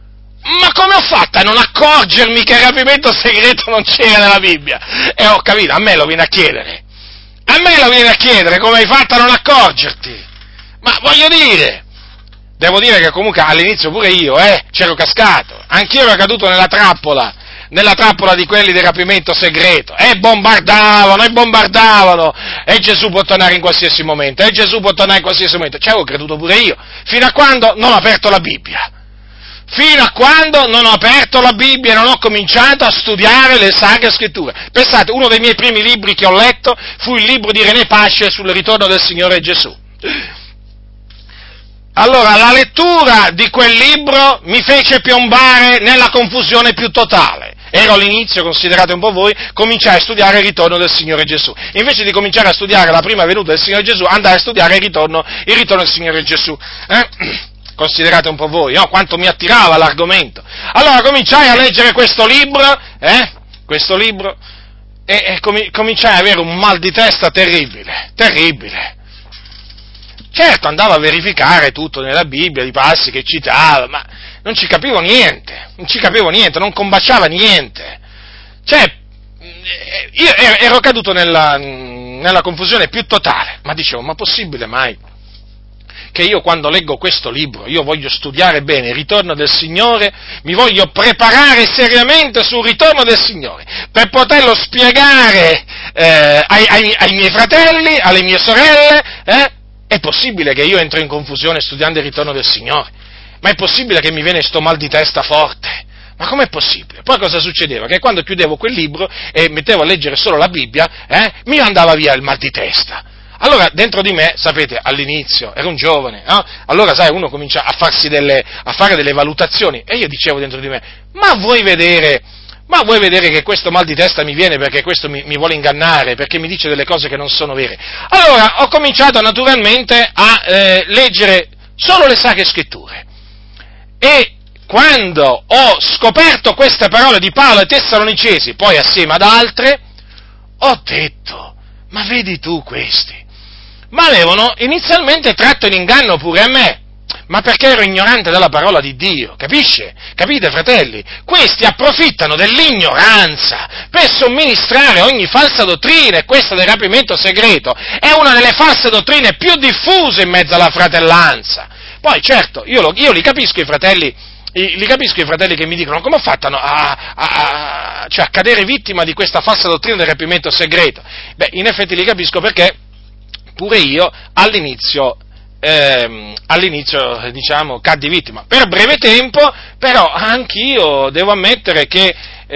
ma come ho fatto a non accorgermi che il rapimento segreto non c'era nella Bibbia? E ho capito, a me lo viene a chiedere. A me lo viene a chiedere come hai fatto a non accorgerti. Ma voglio dire, devo dire che comunque all'inizio pure io, eh, c'ero cascato. Anch'io ero caduto nella trappola, nella trappola di quelli del rapimento segreto. E bombardavano, e bombardavano. E Gesù può tornare in qualsiasi momento, e Gesù può tornare in qualsiasi momento. Ci avevo creduto pure io, fino a quando non ho aperto la Bibbia. Fino a quando non ho aperto la Bibbia e non ho cominciato a studiare le Sacre Scritture. Pensate, uno dei miei primi libri che ho letto fu il libro di René Pasce sul ritorno del Signore Gesù. Allora, la lettura di quel libro mi fece piombare nella confusione più totale. Ero all'inizio, considerate un po' voi, cominciai a studiare il ritorno del Signore Gesù. Invece di cominciare a studiare la prima venuta del Signore Gesù, andai a studiare il ritorno, il ritorno del Signore Gesù. Eh? Considerate un po' voi, no? Quanto mi attirava l'argomento. Allora cominciai a leggere questo libro, eh? Questo libro, e, e com- cominciai ad avere un mal di testa terribile, terribile. Certo, andavo a verificare tutto nella Bibbia, i passi che citava, ma non ci capivo niente, non ci capivo niente, non combaciava niente. Cioè, io ero caduto nella, nella confusione più totale, ma dicevo, ma possibile mai che io quando leggo questo libro, io voglio studiare bene il ritorno del Signore, mi voglio preparare seriamente sul ritorno del Signore, per poterlo spiegare eh, ai, ai, ai miei fratelli, alle mie sorelle, eh? È possibile che io entro in confusione studiando il ritorno del Signore? Ma è possibile che mi viene sto mal di testa forte? Ma com'è possibile? Poi cosa succedeva? Che quando chiudevo quel libro e mettevo a leggere solo la Bibbia, eh, mi andava via il mal di testa. Allora, dentro di me, sapete, all'inizio, ero un giovane, no? Allora, sai, uno comincia a farsi delle, a fare delle valutazioni, e io dicevo dentro di me, ma vuoi vedere, ma vuoi vedere che questo mal di testa mi viene perché questo mi, mi vuole ingannare, perché mi dice delle cose che non sono vere? Allora, ho cominciato naturalmente a eh, leggere solo le Sacre Scritture, e quando ho scoperto queste parole di Paolo ai Tessalonicesi, poi assieme ad altre, ho detto, ma vedi tu questi? Ma avevano inizialmente tratto in inganno pure a me, ma perché ero ignorante della parola di Dio, capisce? Capite, fratelli? Questi approfittano dell'ignoranza per somministrare ogni falsa dottrina, e questa del rapimento segreto è una delle false dottrine più diffuse in mezzo alla fratellanza. Poi, certo, io, lo, io li capisco i fratelli, li capisco i fratelli che mi dicono, come ho fatto a, a, a, cioè a cadere vittima di questa falsa dottrina del rapimento segreto? Beh, in effetti li capisco perché pure io all'inizio, ehm, all'inizio diciamo, caddi vittima. Per breve tempo, però anch'io devo ammettere che,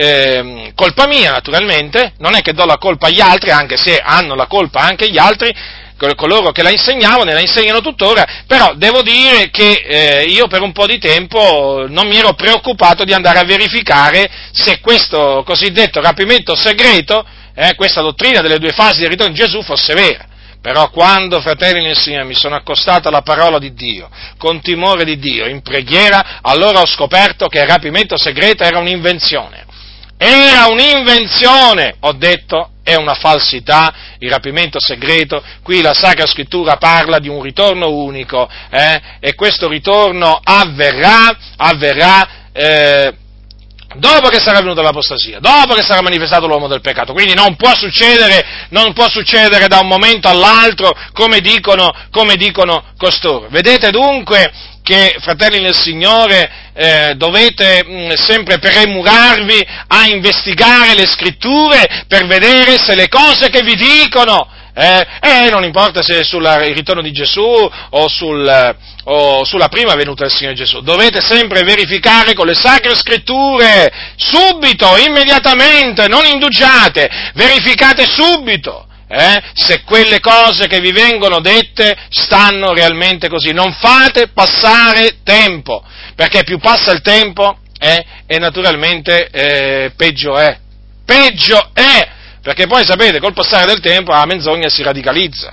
ehm, colpa mia naturalmente, non è che do la colpa agli altri, anche se hanno la colpa anche gli altri, coloro che la insegnavano e la insegnano tuttora, però devo dire che eh, io per un po' di tempo non mi ero preoccupato di andare a verificare se questo cosiddetto rapimento segreto, eh, questa dottrina delle due fasi del ritorno di Gesù fosse vera. Però quando, fratelli nel Signore, mi sono accostato alla parola di Dio, con timore di Dio, in preghiera, allora ho scoperto che il rapimento segreto era un'invenzione. Era un'invenzione! Ho detto, è una falsità, il rapimento segreto. Qui la Sacra Scrittura parla di un ritorno unico, eh? E questo ritorno avverrà, avverrà, eh, dopo che sarà venuta l'apostasia, dopo che sarà manifestato l'uomo del peccato, quindi non può succedere, non può succedere da un momento all'altro, come dicono, come dicono costoro. Vedete dunque che, fratelli nel Signore, eh, dovete mh, sempre premurarvi a investigare le Scritture per vedere se le cose che vi dicono, eh, eh non importa se è sul ritorno di Gesù o, sul, o sulla prima venuta del Signore Gesù, dovete sempre verificare con le Sacre Scritture, subito, immediatamente, non indugiate, verificate subito. Eh, se quelle cose che vi vengono dette stanno realmente così, non fate passare tempo, perché più passa il tempo eh, e naturalmente eh, peggio è, peggio è, perché poi sapete, col passare del tempo la menzogna si radicalizza.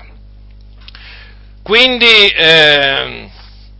Quindi, eh,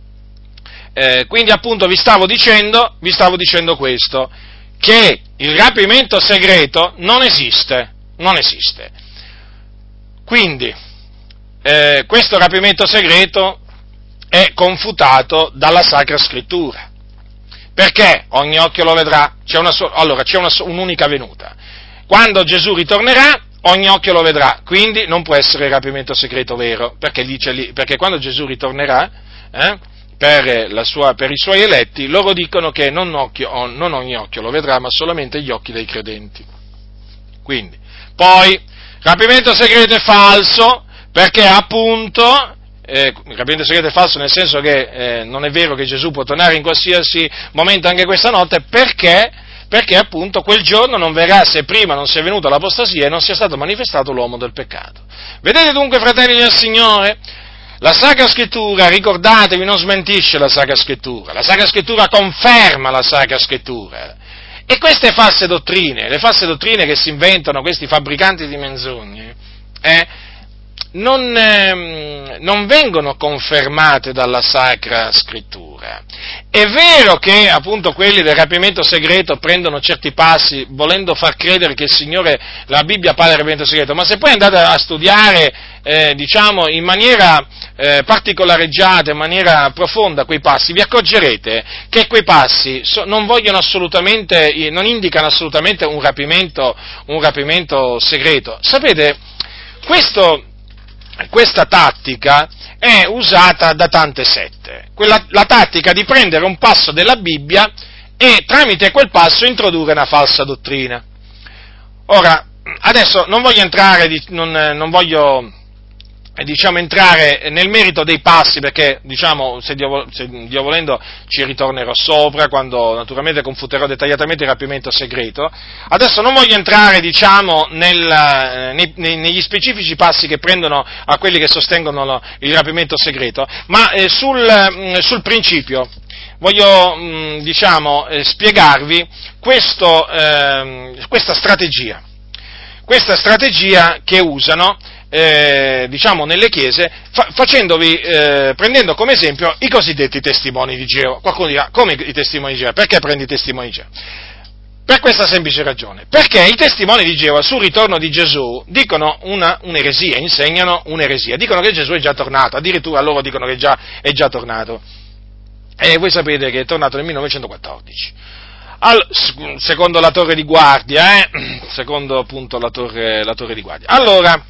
eh, quindi appunto vi stavo dicendo, vi stavo dicendo questo, che il rapimento segreto non esiste, non esiste. Quindi, eh, questo rapimento segreto è confutato dalla Sacra Scrittura, Perché ogni occhio lo vedrà? C'è una so- allora, c'è una so- un'unica venuta. Quando Gesù ritornerà, ogni occhio lo vedrà, quindi non può essere il rapimento segreto vero, perché, lì c'è lì, perché quando Gesù ritornerà, eh, per, la sua, per i suoi eletti, loro dicono che non, occhio, non ogni occhio lo vedrà, ma solamente gli occhi dei credenti. Quindi, poi, rapimento segreto è falso, perché appunto, eh, il rapimento segreto è falso nel senso che eh, non è vero che Gesù può tornare in qualsiasi momento anche questa notte, perché, perché appunto quel giorno non verrà se prima non sia venuta l'apostasia e non sia stato manifestato l'uomo del peccato. Vedete dunque, fratelli del Signore, la Sacra Scrittura, ricordatevi, non smentisce la Sacra Scrittura, la Sacra Scrittura conferma la Sacra Scrittura. E queste false dottrine, le false dottrine che si inventano questi fabbricanti di menzogne, eh, non, eh, non vengono confermate dalla Sacra Scrittura. È vero che appunto quelli del rapimento segreto prendono certi passi volendo far credere che il Signore, la Bibbia parla del rapimento segreto, ma se poi andate a studiare, eh, diciamo, in maniera eh, particolareggiata, in maniera profonda quei passi, vi accorgerete che quei passi so, non vogliono assolutamente, non indicano assolutamente un rapimento, un rapimento segreto. Sapete, questo, questa tattica è usata da tante sette, quella, la tattica di prendere un passo della Bibbia e tramite quel passo introdurre una falsa dottrina. Ora, adesso non voglio entrare, non, non voglio diciamo entrare nel merito dei passi, perché diciamo se Dio, se Dio volendo ci ritornerò sopra quando naturalmente confuterò dettagliatamente il rapimento segreto. Adesso non voglio entrare diciamo nel, nei, nei, negli specifici passi che prendono a quelli che sostengono lo, il rapimento segreto, ma eh, sul, sul principio voglio mh, diciamo eh, spiegarvi questo, eh, questa strategia questa strategia che usano Eh, diciamo nelle chiese, fa- facendovi, eh, prendendo come esempio i cosiddetti testimoni di Geova. Qualcuno dirà, come i testimoni di Geova? Perché prendi i testimoni di Geova? Per questa semplice ragione, perché i testimoni di Geova sul ritorno di Gesù dicono una, un'eresia, insegnano un'eresia, dicono che Gesù è già tornato, addirittura loro dicono che già, è già tornato, e voi sapete che è tornato nel millenovecentoquattordici. All, secondo la torre di guardia, eh? secondo appunto la torre, la torre di guardia. Allora,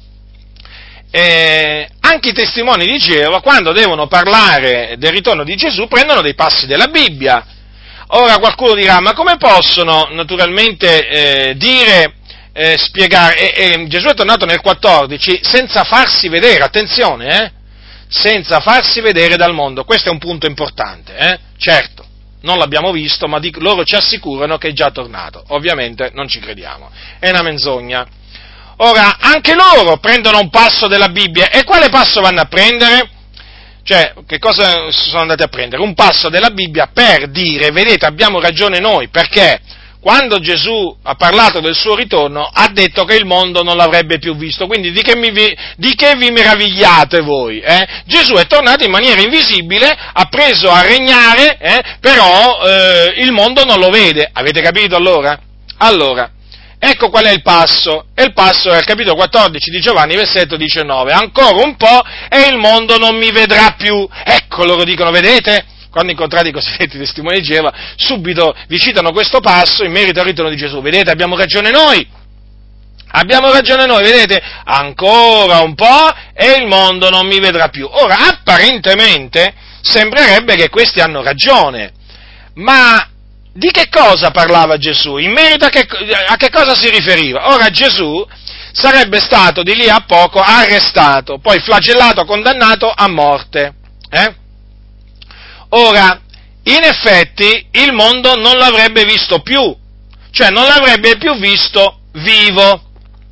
Eh, anche i testimoni di Geova, quando devono parlare del ritorno di Gesù, prendono dei passi della Bibbia. Ora qualcuno dirà, ma come possono naturalmente eh, dire, eh, spiegare, eh, eh, Gesù è tornato nel quattordici senza farsi vedere, attenzione, eh, senza farsi vedere dal mondo, questo è un punto importante, eh, certo, non l'abbiamo visto, ma di, loro ci assicurano che è già tornato, ovviamente non ci crediamo, è una menzogna. Ora, anche loro prendono un passo della Bibbia, e quale passo vanno a prendere? Cioè, che cosa sono andati a prendere? Un passo della Bibbia per dire, vedete, abbiamo ragione noi, perché quando Gesù ha parlato del suo ritorno, ha detto che il mondo non l'avrebbe più visto, quindi di che, mi vi, di che vi meravigliate voi? Eh? Gesù è tornato in maniera invisibile, ha preso a regnare, eh, però eh, il mondo non lo vede, avete capito allora? Allora, ecco qual è il passo, e il passo è al capitolo quattordici di Giovanni, versetto diciannove, ancora un po' e il mondo non mi vedrà più, ecco loro dicono, vedete, quando incontrate i cosiddetti testimoni di Geova, subito vi citano questo passo in merito al ritorno di Gesù, vedete, abbiamo ragione noi, abbiamo ragione noi, vedete, ancora un po' e il mondo non mi vedrà più. Ora, apparentemente, sembrerebbe che questi hanno ragione, ma di che cosa parlava Gesù? In merito a che, a che cosa si riferiva? Ora Gesù sarebbe stato di lì a poco arrestato, poi flagellato, condannato a morte. Eh? Ora, in effetti, il mondo non l'avrebbe visto più, cioè non l'avrebbe più visto vivo.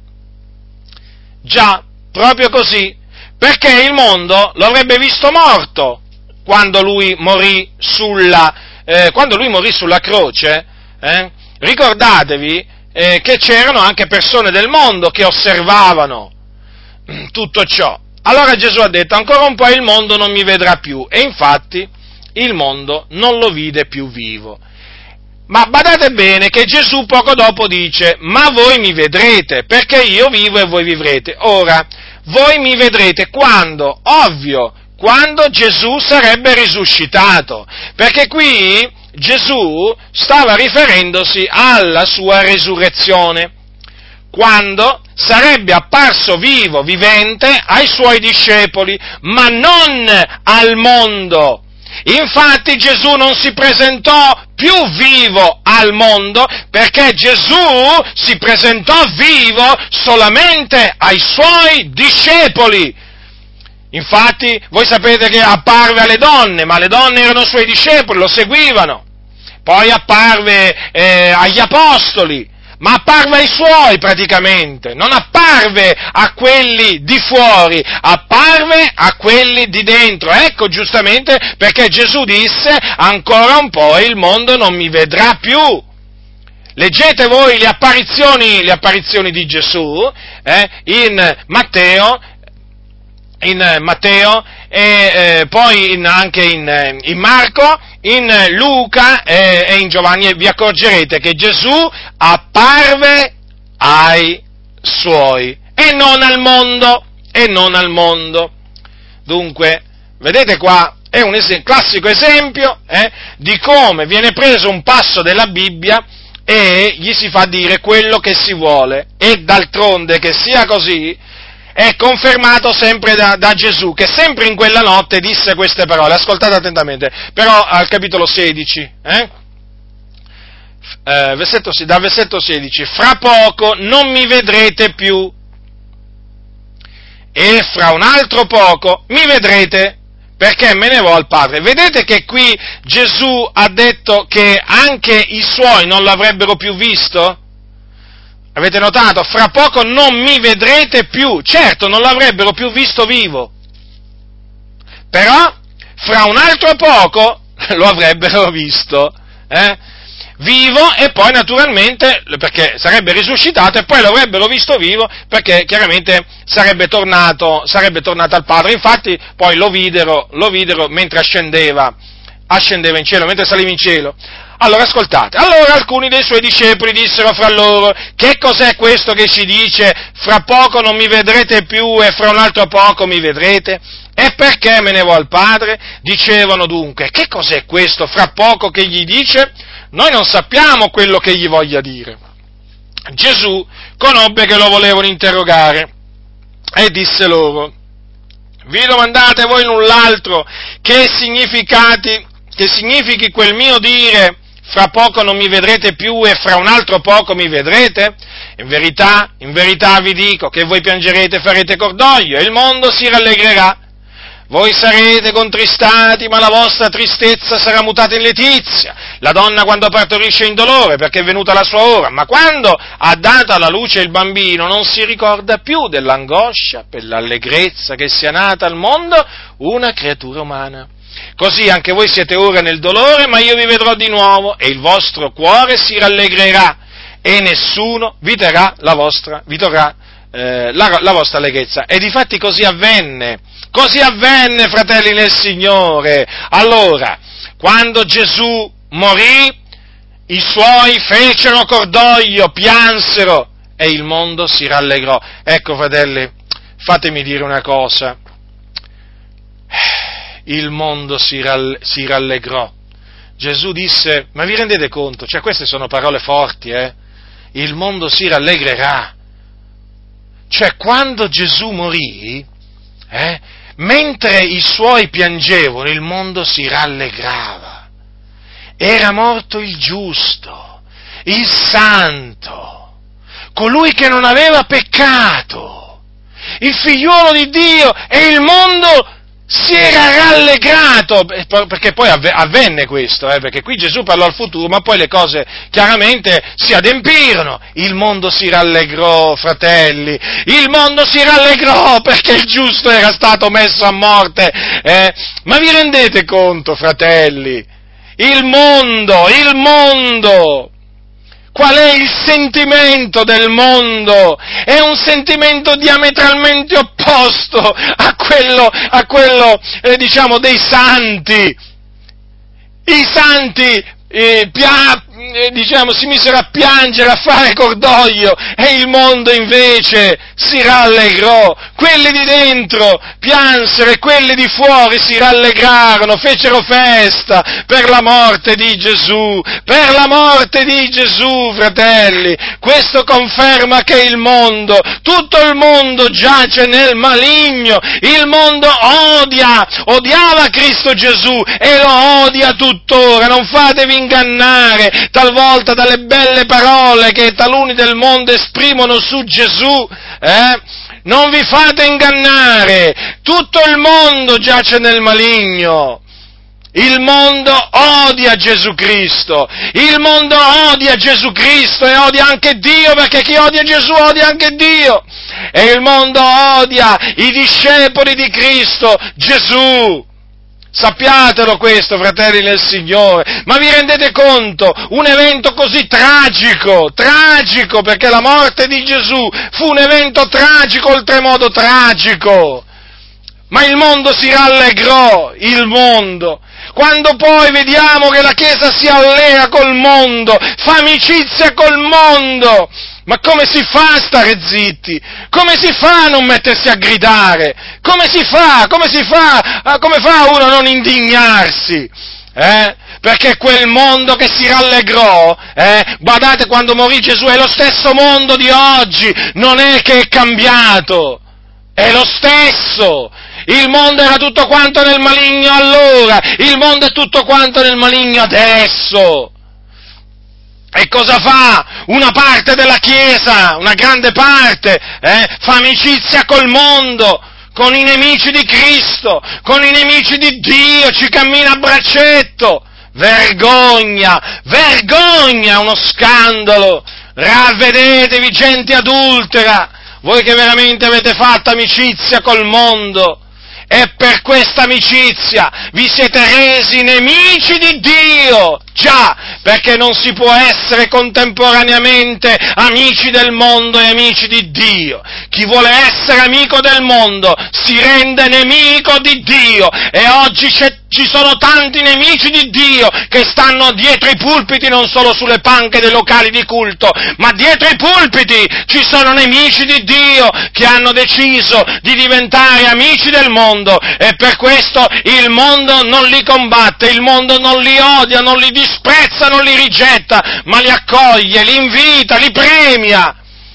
Già, proprio così, perché il mondo lo avrebbe visto morto quando lui morì sulla Eh, quando lui morì sulla croce, eh, ricordatevi eh, che c'erano anche persone del mondo che osservavano tutto ciò. Allora Gesù ha detto, ancora un po' il mondo non mi vedrà più, e infatti il mondo non lo vide più vivo. Ma badate bene che Gesù poco dopo dice, ma voi mi vedrete, perché io vivo e voi vivrete. Ora, voi mi vedrete quando? Ovvio, quando Gesù sarebbe risuscitato, perché qui Gesù stava riferendosi alla sua resurrezione, quando sarebbe apparso vivo, vivente, ai suoi discepoli, ma non al mondo. Infatti Gesù non si presentò più vivo al mondo, perché Gesù si presentò vivo solamente ai suoi discepoli. Infatti, voi sapete che apparve alle donne, ma le donne erano suoi discepoli, lo seguivano. Poi apparve eh, agli apostoli, ma apparve ai suoi praticamente, non apparve a quelli di fuori, apparve a quelli di dentro. Ecco giustamente perché Gesù disse: ancora un po' e il mondo non mi vedrà più. Leggete voi le apparizioni, le apparizioni di Gesù eh, in Matteo, in Matteo e eh, poi in, anche in, in Marco, in Luca e, e in Giovanni, e vi accorgerete che Gesù apparve ai suoi e non al mondo, e non al mondo. Dunque, vedete qua, è un es- classico esempio eh, di come viene preso un passo della Bibbia e gli si fa dire quello che si vuole, e d'altronde che sia così è confermato sempre da, da Gesù, che sempre in quella notte disse queste parole. Ascoltate attentamente, però al capitolo sedici, eh? Eh, versetto, dal versetto sedici: fra poco non mi vedrete più, e fra un altro poco mi vedrete, perché me ne vo al Padre. Vedete che qui Gesù ha detto che anche i suoi non l'avrebbero più visto? Avete notato? Fra poco non mi vedrete più. Certo, non l'avrebbero più visto vivo, però fra un altro poco lo avrebbero visto eh? vivo, e poi naturalmente, perché sarebbe risuscitato, e poi lo avrebbero visto vivo, perché chiaramente sarebbe tornato, sarebbe tornato al Padre. Infatti poi lo videro, lo videro mentre ascendeva, ascendeva in cielo, mentre saliva in cielo. Allora ascoltate, allora alcuni dei suoi discepoli dissero fra loro: che cos'è questo che ci dice fra poco non mi vedrete più e fra un altro poco mi vedrete? E perché me ne vo al Padre? Dicevano dunque: che cos'è questo fra poco che gli dice? Noi non sappiamo quello che gli voglia dire. Gesù conobbe che lo volevano interrogare e disse loro: vi domandate voi l'un l'altro che significati, che significhi quel mio dire: fra poco non mi vedrete più e fra un altro poco mi vedrete? In verità, in verità vi dico che voi piangerete e farete cordoglio, e il mondo si rallegrerà. Voi sarete contristati, ma la vostra tristezza sarà mutata in letizia. La donna quando partorisce è in dolore, perché è venuta la sua ora, ma quando ha dato alla luce il bambino non si ricorda più dell'angoscia per l'allegrezza che sia nata al mondo una creatura umana. Così anche voi siete ora nel dolore, ma io vi vedrò di nuovo, e il vostro cuore si rallegrerà, e nessuno vi terrà la vostra, vi terrà, eh, la, la vostra allegrezza. E difatti così avvenne, così avvenne, fratelli nel Signore. Allora, quando Gesù morì, i suoi fecero cordoglio, piansero, e il mondo si rallegrò. Ecco, fratelli, fatemi dire una cosa. Il mondo si, rall- si rallegrò. Gesù disse, ma vi rendete conto? Cioè, queste sono parole forti, eh? Il mondo si rallegrerà. Cioè, quando Gesù morì, eh, mentre i suoi piangevano, il mondo si rallegrava. Era morto il giusto, il santo, colui che non aveva peccato, il figliuolo di Dio, e il mondo si era rallegrato, perché poi avvenne questo, eh, perché qui Gesù parlò al futuro, ma poi le cose chiaramente si adempirono. Il mondo si rallegrò, fratelli, il mondo si rallegrò perché il giusto era stato messo a morte, eh? Ma vi rendete conto, fratelli? Il mondo, il mondo! Qual è il sentimento del mondo? È un sentimento diametralmente opposto a quello, a quello eh, diciamo, dei santi. I santi eh, pia- eh, diciamo, si misero a piangere, a fare cordoglio, e il mondo invece si rallegrò. Quelli di dentro piansero e quelli di fuori si rallegrarono, fecero festa per la morte di Gesù, per la morte di Gesù, fratelli. Questo conferma che il mondo, tutto il mondo giace nel maligno, il mondo odia, odiava Cristo Gesù e lo odia tuttora. Non fatevi ingannare talvolta dalle belle parole che taluni del mondo esprimono su Gesù, eh? Non vi fate ingannare, tutto il mondo giace nel maligno. Il mondo odia Gesù Cristo, il mondo odia Gesù Cristo e odia anche Dio, perché chi odia Gesù odia anche Dio. E il mondo odia i discepoli di Cristo Gesù. Sappiatelo questo, fratelli nel Signore, ma vi rendete conto? Un evento così tragico, tragico, perché la morte di Gesù fu un evento tragico, oltremodo tragico, ma il mondo si rallegrò, il mondo. Quando poi vediamo che la Chiesa si allea col mondo, fa amicizia col mondo, ma come si fa a stare zitti? Come si fa a non mettersi a gridare? Come si fa? Come si fa? Come fa uno a non indignarsi? Eh? Perché quel mondo che si rallegrò, eh? Guardate, quando morì Gesù è lo stesso mondo di oggi, non è che è cambiato, è lo stesso. Il mondo era tutto quanto nel maligno allora, il mondo è tutto quanto nel maligno adesso. E cosa fa? Una parte della Chiesa, una grande parte, eh, fa amicizia col mondo, con i nemici di Cristo, con i nemici di Dio, ci cammina a braccetto. Vergogna, vergogna, uno scandalo. Ravvedetevi, gente adultera, voi che veramente avete fatto amicizia col mondo. E per questa amicizia vi siete resi nemici di Dio, già, perché non si può essere contemporaneamente amici del mondo e amici di Dio. Chi vuole essere amico del mondo si rende nemico di Dio, e oggi c'è ci sono tanti nemici di Dio che stanno dietro i pulpiti, non solo sulle panche dei locali di culto, ma dietro i pulpiti ci sono nemici di Dio che hanno deciso di diventare amici del mondo, e per questo il mondo non li combatte, il mondo non li odia, non li disprezza, non li rigetta, ma li accoglie, li invita, li premia.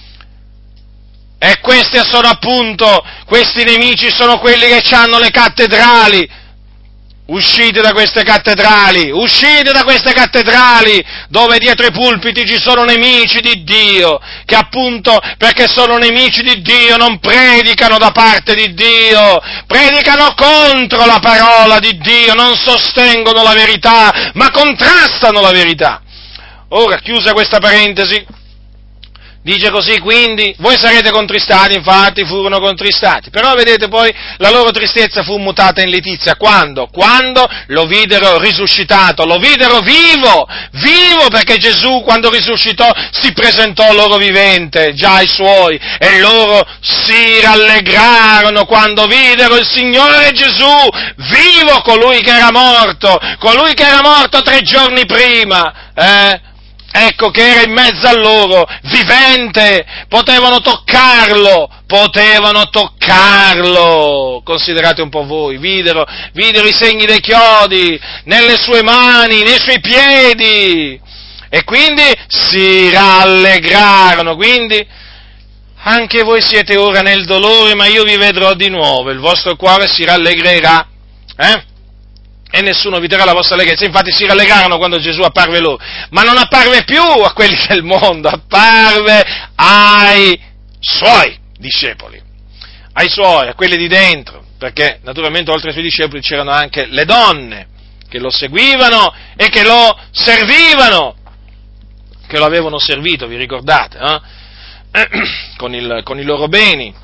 E questi sono appunto, questi nemici sono quelli che hanno le cattedrali. Uscite da queste cattedrali, uscite da queste cattedrali, dove dietro i pulpiti ci sono nemici di Dio, che appunto, perché sono nemici di Dio, non predicano da parte di Dio, predicano contro la parola di Dio, non sostengono la verità, ma contrastano la verità. Ora, chiusa questa parentesi, dice così, quindi, voi sarete contristati, infatti furono contristati, però vedete poi la loro tristezza fu mutata in letizia, quando? Quando lo videro risuscitato, lo videro vivo, vivo, perché Gesù quando risuscitò si presentò loro vivente, già ai suoi, e loro si rallegrarono quando videro il Signore Gesù vivo, colui che era morto, colui che era morto tre giorni prima, eh? Ecco che era in mezzo a loro, vivente, potevano toccarlo, potevano toccarlo, considerate un po' voi, videro, videro i segni dei chiodi nelle sue mani, nei suoi piedi, e quindi si rallegrarono, quindi anche voi siete ora nel dolore, ma io vi vedrò di nuovo, il vostro cuore si rallegrerà, eh? E nessuno vi terrà la vostra allegrezza. Infatti si rallegrarono quando Gesù apparve loro, ma non apparve più a quelli del mondo, apparve ai suoi discepoli, ai suoi, a quelli di dentro, perché naturalmente oltre ai suoi discepoli c'erano anche le donne che lo seguivano e che lo servivano, che lo avevano servito, vi ricordate, no? con, il, con i loro beni.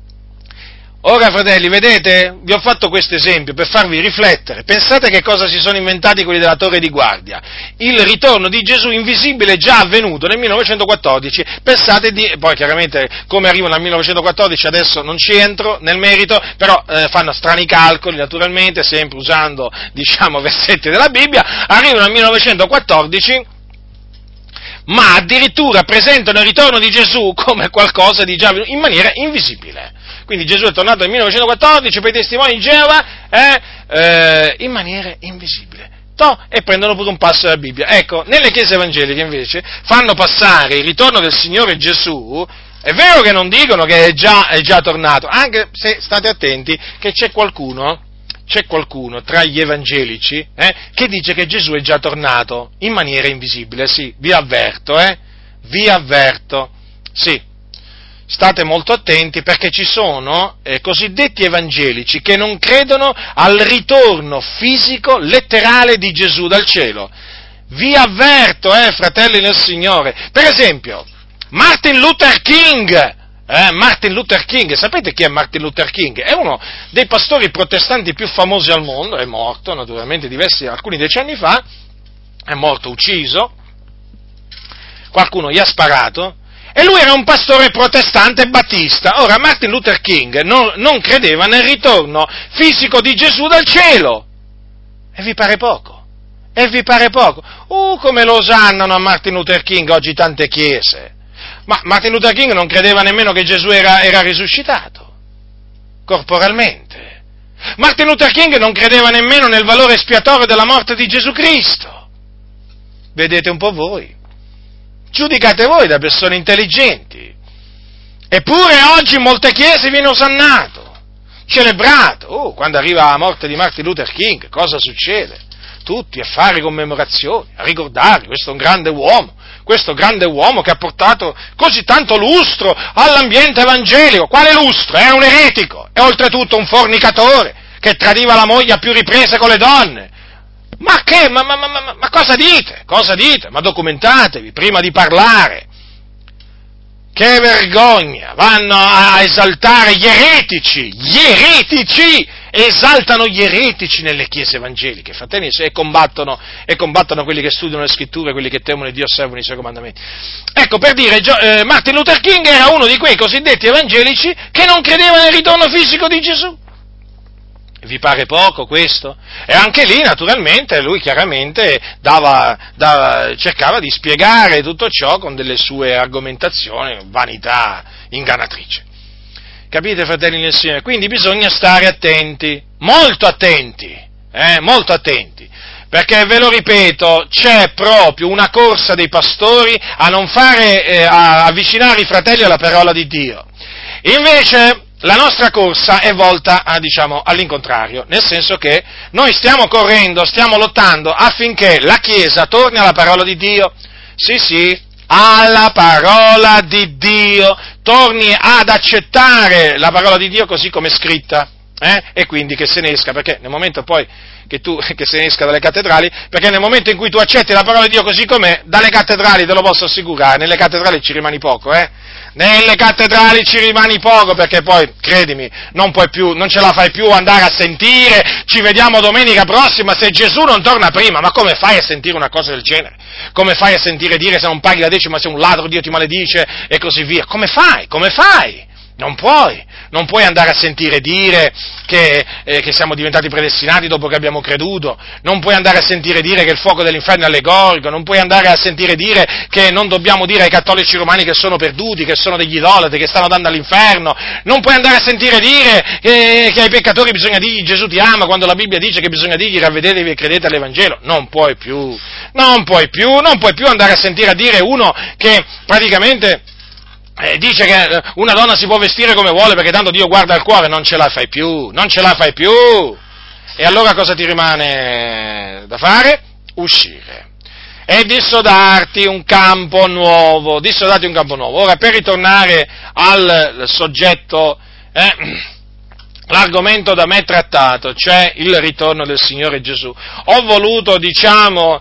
Ora, fratelli, vedete, vi ho fatto questo esempio per farvi riflettere. Pensate che cosa si sono inventati quelli della torre di guardia. Il ritorno di Gesù invisibile è già avvenuto nel millenovecentoquattordici. Pensate di, poi chiaramente come arrivano al millenovecentoquattordici adesso non ci entro nel merito, però eh, fanno strani calcoli naturalmente, sempre usando, diciamo, versetti della Bibbia, arrivano al millenovecentoquattordici ma addirittura presentano il ritorno di Gesù come qualcosa di già in maniera invisibile. Quindi Gesù è tornato nel millenovecentoquattordici per i testimoni di Geova eh, eh, in maniera invisibile. To, e prendono pure un passo dalla Bibbia. Ecco, nelle chiese evangeliche invece fanno passare il ritorno del Signore Gesù. È vero che non dicono che è già, è già tornato, anche se state attenti che c'è qualcuno, c'è qualcuno tra gli evangelici eh, che dice che Gesù è già tornato in maniera invisibile. Sì, vi avverto, eh, vi avverto, sì, state molto attenti perché ci sono eh, cosiddetti evangelici che non credono al ritorno fisico, letterale di Gesù dal cielo. Vi avverto, eh, fratelli nel Signore, per esempio, Martin Luther King, eh, Martin Luther King, sapete chi è Martin Luther King? È uno dei pastori protestanti più famosi al mondo, è morto naturalmente diversi, alcuni decenni fa, è morto ucciso, qualcuno gli ha sparato, e lui era un pastore protestante battista. Ora, Martin Luther King non, non credeva nel ritorno fisico di Gesù dal cielo, e vi pare poco? E vi pare poco? Uh, come lo osannano a Martin Luther King oggi tante chiese! Ma Martin Luther King non credeva nemmeno che Gesù era, era risuscitato, corporalmente. Martin Luther King non credeva nemmeno nel valore espiatorio della morte di Gesù Cristo. Vedete un po' voi. Giudicate voi da persone intelligenti. Eppure oggi in molte chiese viene osannato, celebrato. Oh, quando arriva la morte di Martin Luther King, cosa succede? Tutti a fare commemorazioni, a ricordare questo un grande uomo, questo grande uomo che ha portato così tanto lustro all'ambiente evangelico. Quale lustro? Era un eretico e oltretutto un fornicatore che tradiva la moglie a più riprese con le donne. Ma che? Ma, ma, ma, ma, ma cosa dite? Cosa dite? Ma documentatevi prima di parlare. Che vergogna! Vanno a esaltare gli eretici, gli eretici! Esaltano gli eretici nelle chiese evangeliche, fratelli, e combattono, e combattono quelli che studiano le scritture, quelli che temono Dio e osservano i suoi comandamenti. Ecco, per dire, eh, Martin Luther King era uno di quei cosiddetti evangelici che non credeva nel ritorno fisico di Gesù. Vi pare poco questo? E anche lì, naturalmente, lui chiaramente dava, dava, cercava di spiegare tutto ciò con delle sue argomentazioni, vanità ingannatrice. Capite, fratelli nel Signore? Quindi bisogna stare attenti, molto attenti, eh, molto attenti, perché ve lo ripeto, c'è proprio una corsa dei pastori a non fare, eh, a avvicinare i fratelli alla parola di Dio. Invece la nostra corsa è volta a, diciamo, all'incontrario, nel senso che noi stiamo correndo, stiamo lottando affinché la Chiesa torni alla parola di Dio. Sì, sì, alla parola di Dio, torni ad accettare la parola di Dio così come è scritta, eh? E quindi che se ne esca, perché nel momento poi che tu, che se ne esca dalle cattedrali, perché nel momento in cui tu accetti la parola di Dio così com'è, dalle cattedrali te lo posso assicurare, nelle cattedrali ci rimani poco, eh? Nelle cattedrali ci rimani poco, perché poi, credimi, non puoi più, non ce la fai più andare a sentire, ci vediamo domenica prossima, se Gesù non torna prima. Ma come fai a sentire una cosa del genere? Come fai a sentire dire se non paghi la decima sei un ladro, Dio ti maledice, e così via? Come fai? Come fai? Non puoi, non puoi andare a sentire dire che, eh, che siamo diventati predestinati dopo che abbiamo creduto, non puoi andare a sentire dire che il fuoco dell'inferno è allegorico, non puoi andare a sentire dire che non dobbiamo dire ai cattolici romani che sono perduti, che sono degli idolatri, che stanno andando all'inferno, non puoi andare a sentire dire che, che ai peccatori bisogna dirgli Gesù ti ama, quando la Bibbia dice che bisogna dirgli ravvedetevi e credete all'Evangelo. Non puoi più, non puoi più, non puoi più andare a sentire a dire uno che praticamente Eh, dice che una donna si può vestire come vuole perché tanto Dio guarda al cuore. Non ce la fai più, non ce la fai più. E allora cosa ti rimane da fare? Uscire e dissodarti un campo nuovo, dissodarti un campo nuovo. Ora, per ritornare al soggetto, eh, l'argomento da me trattato, cioè il ritorno del Signore Gesù, ho voluto, diciamo,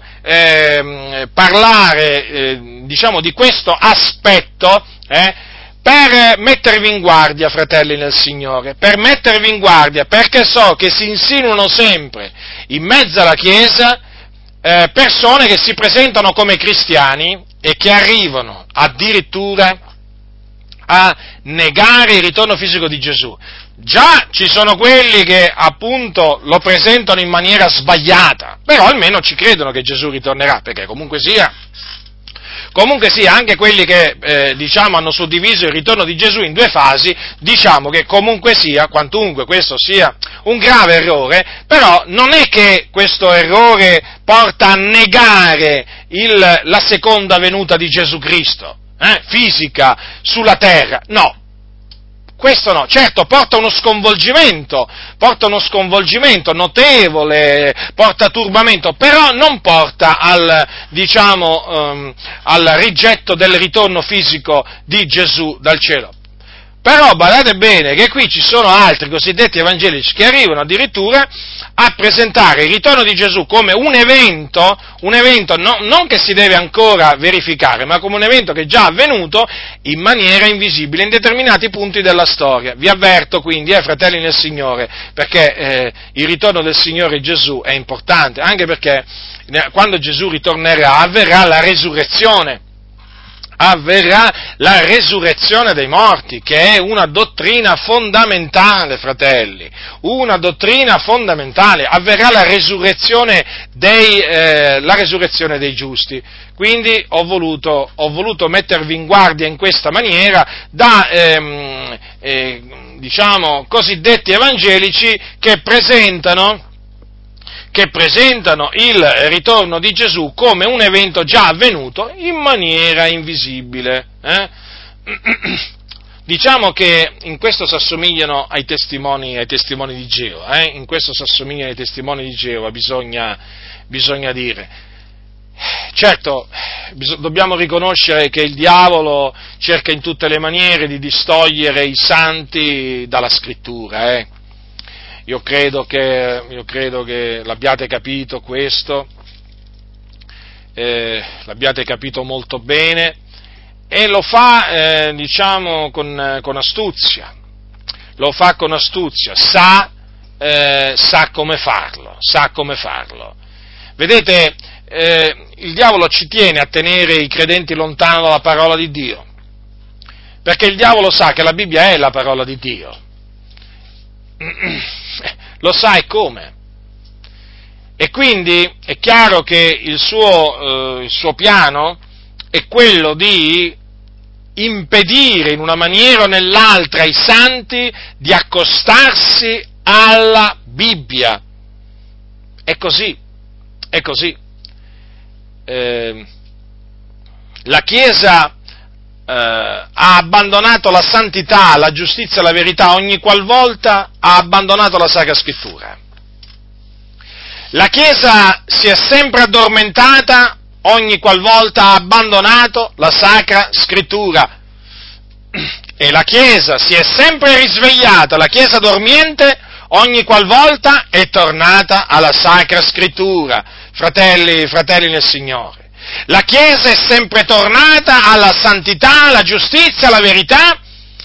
eh, parlare, eh, diciamo, di questo aspetto, Eh, per mettervi in guardia, fratelli nel Signore, per mettervi in guardia, perché so che si insinuano sempre in mezzo alla Chiesa eh, persone che si presentano come cristiani e che arrivano addirittura a negare il ritorno fisico di Gesù. Già ci sono quelli che appunto lo presentano in maniera sbagliata, però almeno ci credono che Gesù ritornerà, perché comunque sia... comunque sia, anche quelli che, eh, diciamo, hanno suddiviso il ritorno di Gesù in due fasi, diciamo che comunque sia, quantunque questo sia un grave errore, però non è che questo errore porta a negare il, la seconda venuta di Gesù Cristo, eh, fisica, sulla terra, no. Questo no, certo porta uno sconvolgimento, porta uno sconvolgimento notevole, porta turbamento, però non porta al, diciamo, um, al rigetto del ritorno fisico di Gesù dal cielo. Però badate bene che qui ci sono altri cosiddetti evangelici che arrivano addirittura a presentare il ritorno di Gesù come un evento, un evento no, non che si deve ancora verificare, ma come un evento che è già avvenuto in maniera invisibile in determinati punti della storia. Vi avverto quindi, eh, fratelli nel Signore, perché eh, il ritorno del Signore Gesù è importante, anche perché eh, quando Gesù ritornerà avverrà la resurrezione. avverrà la resurrezione dei morti, che è una dottrina fondamentale, fratelli, una dottrina fondamentale, avverrà la resurrezione dei, eh, la resurrezione dei giusti. Quindi ho voluto, ho voluto mettervi in guardia in questa maniera da, ehm, eh, diciamo, cosiddetti evangelici che presentano che presentano il ritorno di Gesù come un evento già avvenuto in maniera invisibile. Eh? Diciamo che in questo si assomigliano ai testimoni, ai testimoni di Geova, eh? in questo si assomigliano ai testimoni di Geova, bisogna, bisogna dire. Certo, bis- dobbiamo riconoscere che il diavolo cerca in tutte le maniere di distogliere i santi dalla scrittura, eh? Io credo che, io credo che l'abbiate capito questo, eh, l'abbiate capito molto bene, e lo fa, eh, diciamo, con, con astuzia, lo fa con astuzia, sa, eh, sa come farlo, sa come farlo. Vedete, eh, il diavolo ci tiene a tenere i credenti lontano dalla parola di Dio, perché il diavolo sa che la Bibbia è la parola di Dio. Lo sa e come? E quindi è chiaro che il suo, eh, il suo piano è quello di impedire in una maniera o nell'altra ai santi di accostarsi alla Bibbia. È così, è così. Eh, la Chiesa Uh, ha abbandonato la santità, la giustizia e la verità ogni qualvolta ha abbandonato la Sacra Scrittura. La Chiesa si è sempre addormentata ogni qualvolta ha abbandonato la Sacra Scrittura. E la Chiesa si è sempre risvegliata, la Chiesa dormiente, ogni qualvolta è tornata alla Sacra Scrittura. Fratelli, fratelli nel Signore. La Chiesa è sempre tornata alla santità, alla giustizia, alla verità,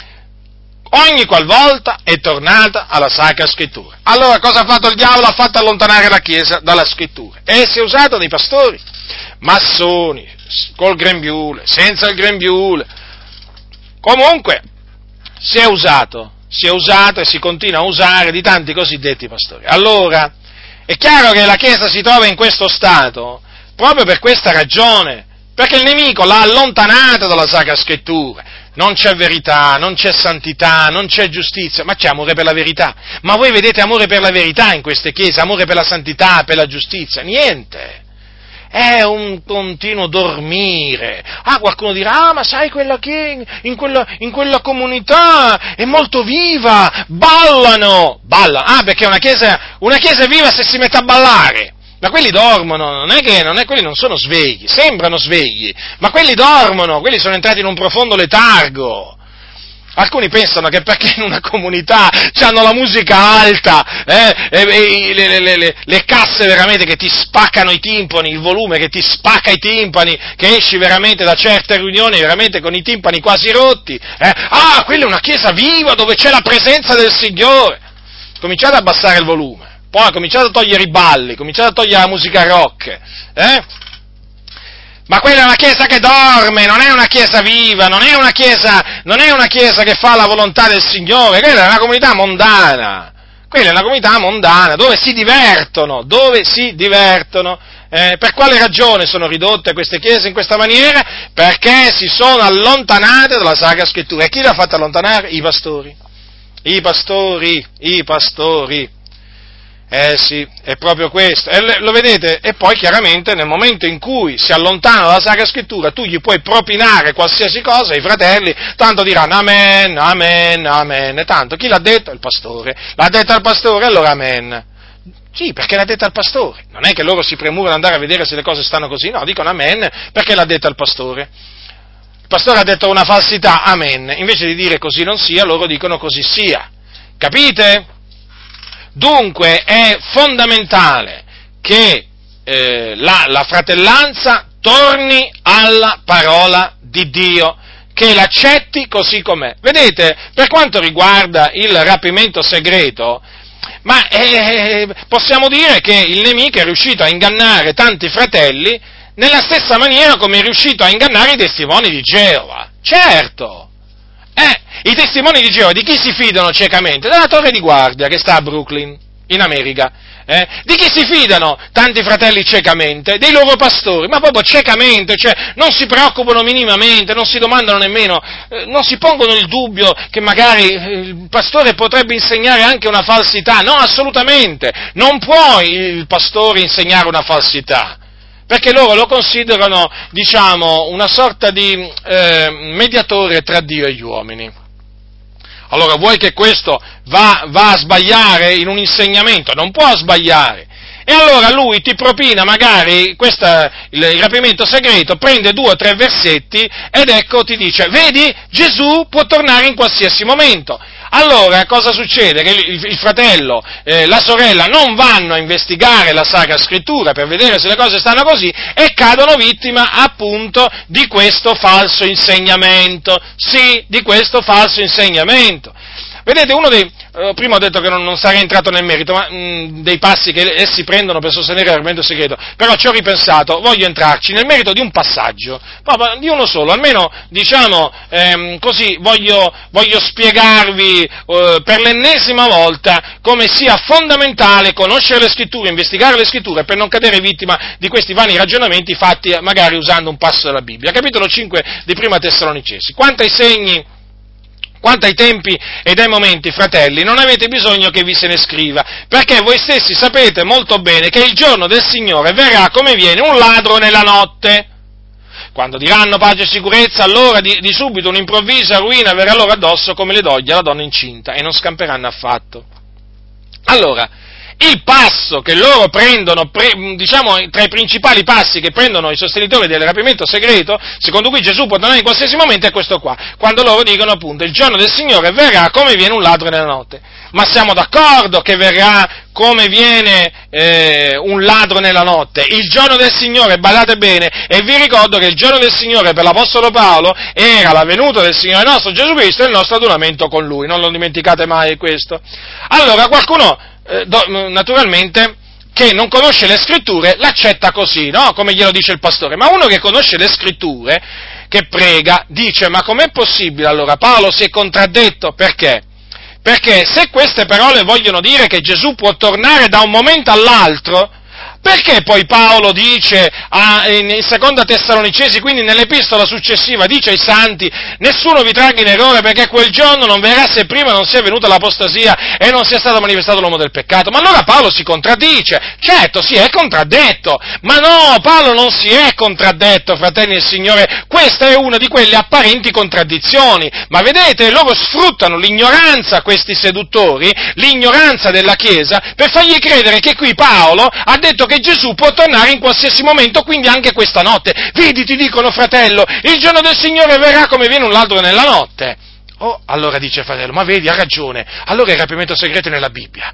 ogni qualvolta è tornata alla Sacra Scrittura. Allora cosa ha fatto il diavolo? Ha fatto allontanare la Chiesa dalla Scrittura. E si è usato dei pastori, massoni, col grembiule, senza il grembiule. Comunque, si è usato, si è usato e si continua a usare di tanti cosiddetti pastori. Allora, è chiaro che la Chiesa si trova in questo stato proprio per questa ragione, perché il nemico l'ha allontanata dalla Sacra Scrittura. Non c'è verità, non c'è santità, non c'è giustizia, ma c'è amore per la verità. Ma voi vedete amore per la verità in queste chiese, amore per la santità, per la giustizia? Niente. È un continuo dormire. Ah, qualcuno dirà, ah, ma sai quella che in quella, in quella comunità è molto viva, ballano, ballano. Ah, perché una chiesa, una chiesa è viva se si mette a ballare. Ma quelli dormono, non è che, non è, quelli non sono svegli, sembrano svegli, ma quelli dormono, quelli sono entrati in un profondo letargo. Alcuni pensano che perché in una comunità hanno la musica alta, eh, e, e le, le, le, le casse veramente che ti spaccano i timpani, il volume che ti spacca i timpani, che esci veramente da certe riunioni veramente con i timpani quasi rotti, eh, ah, quella è una chiesa viva dove c'è la presenza del Signore. Cominciate ad abbassare il volume. Poi cominciate a togliere i balli, cominciate a togliere la musica rock, eh? Ma quella è una chiesa che dorme, non è una chiesa viva, non è una chiesa, non è una chiesa che fa la volontà del Signore, quella è una comunità mondana, Quella è una comunità mondana, dove si divertono, dove si divertono. Eh, per quale ragione sono ridotte queste chiese in questa maniera? Perché si sono allontanate dalla Sacra Scrittura. E chi le ha fatte allontanare? I pastori. I pastori, i pastori. Eh sì, è proprio questo. E lo vedete? E poi chiaramente nel momento in cui si allontanano dalla Sacra Scrittura, tu gli puoi propinare qualsiasi cosa ai fratelli, tanto diranno amen, amen, amen. E tanto chi l'ha detto? Il pastore. L'ha detto al pastore, allora amen. Sì, perché l'ha detto al pastore. Non è che loro si premurano ad andare a vedere se le cose stanno così, no, dicono amen perché l'ha detto al pastore. Il pastore ha detto una falsità, amen. Invece di dire così non sia, loro dicono così sia. Capite? Dunque è fondamentale che eh, la, la fratellanza torni alla parola di Dio, che l'accetti così com'è. Vedete, per quanto riguarda il rapimento segreto, ma eh, possiamo dire che il nemico è riuscito a ingannare tanti fratelli nella stessa maniera come è riuscito a ingannare i testimoni di Geova. Certo! Eh, i testimoni di Geova di chi si fidano ciecamente? Della torre di guardia che sta a Brooklyn, in America. Eh? Di chi si fidano tanti fratelli ciecamente? Dei loro pastori, ma proprio ciecamente, cioè non si preoccupano minimamente, non si domandano nemmeno, eh, non si pongono il dubbio che magari il pastore potrebbe insegnare anche una falsità. No, assolutamente, non può il pastore insegnare una falsità. Perché loro lo considerano, diciamo, una sorta di eh, mediatore tra Dio e gli uomini. Allora, vuoi che questo va, va a sbagliare in un insegnamento? Non può sbagliare. E allora lui ti propina magari questa, il, il rapimento segreto, prende due o tre versetti ed ecco ti dice, vedi, Gesù può tornare in qualsiasi momento. Allora, cosa succede? Che il, il fratello, eh, la sorella non vanno a investigare la Sacra Scrittura per vedere se le cose stanno così e cadono vittima appunto di questo falso insegnamento. Sì, di questo falso insegnamento. Vedete, uno dei, eh, prima ho detto che non, non sarei entrato nel merito, ma mh, dei passi che essi prendono per sostenere l'argomento segreto, però ci ho ripensato, voglio entrarci nel merito di un passaggio, proprio di uno solo, almeno, diciamo, ehm, così, voglio, voglio spiegarvi eh, per l'ennesima volta come sia fondamentale conoscere le scritture, investigare le scritture per non cadere vittima di questi vani ragionamenti fatti magari usando un passo della Bibbia. Capitolo cinque di Prima Tessalonicesi. Quanto ai segni, quanto ai tempi ed ai momenti, fratelli, non avete bisogno che vi se ne scriva, perché voi stessi sapete molto bene che il giorno del Signore verrà come viene un ladro nella notte. Quando diranno pace e sicurezza, allora di, di subito un'improvvisa ruina verrà loro addosso come le doglie alla donna incinta e non scamperanno affatto. Allora, il passo che loro prendono, pre, diciamo, tra i principali passi che prendono i sostenitori del rapimento segreto, secondo cui Gesù può tornare in qualsiasi momento, è questo qua, quando loro dicono appunto il giorno del Signore verrà come viene un ladro nella notte. Ma siamo d'accordo che verrà come viene eh, un ladro nella notte? Il giorno del Signore, badate bene, e vi ricordo che il giorno del Signore per l'Apostolo Paolo era la venuta del Signore nostro Gesù Cristo e il nostro adunamento con Lui, non lo dimenticate mai questo. Allora qualcuno, eh, do, naturalmente, che non conosce le scritture, l'accetta così, no? Come glielo dice il pastore, ma uno che conosce le scritture, che prega, dice, ma com'è possibile allora? Paolo si è contraddetto, perché? Perché se queste parole vogliono dire che Gesù può tornare da un momento all'altro, perché poi Paolo dice a, in seconda Tessalonicesi, quindi nell'epistola successiva, dice ai santi, nessuno vi tragga in errore perché quel giorno non verrà se prima non sia venuta l'apostasia e non sia stato manifestato l'uomo del peccato? Ma allora Paolo si contraddice, certo si è contraddetto, ma no, Paolo non si è contraddetto, fratelli del Signore, questa è una di quelle apparenti contraddizioni, ma vedete, loro sfruttano l'ignoranza, questi seduttori, l'ignoranza della Chiesa, per fargli credere che qui Paolo ha detto che Gesù può tornare in qualsiasi momento, quindi anche questa notte. Vedi, ti dicono, fratello, il giorno del Signore verrà come viene un ladro nella notte. Oh, allora dice fratello, ma vedi, ha ragione, allora il rapimento segreto è nella Bibbia.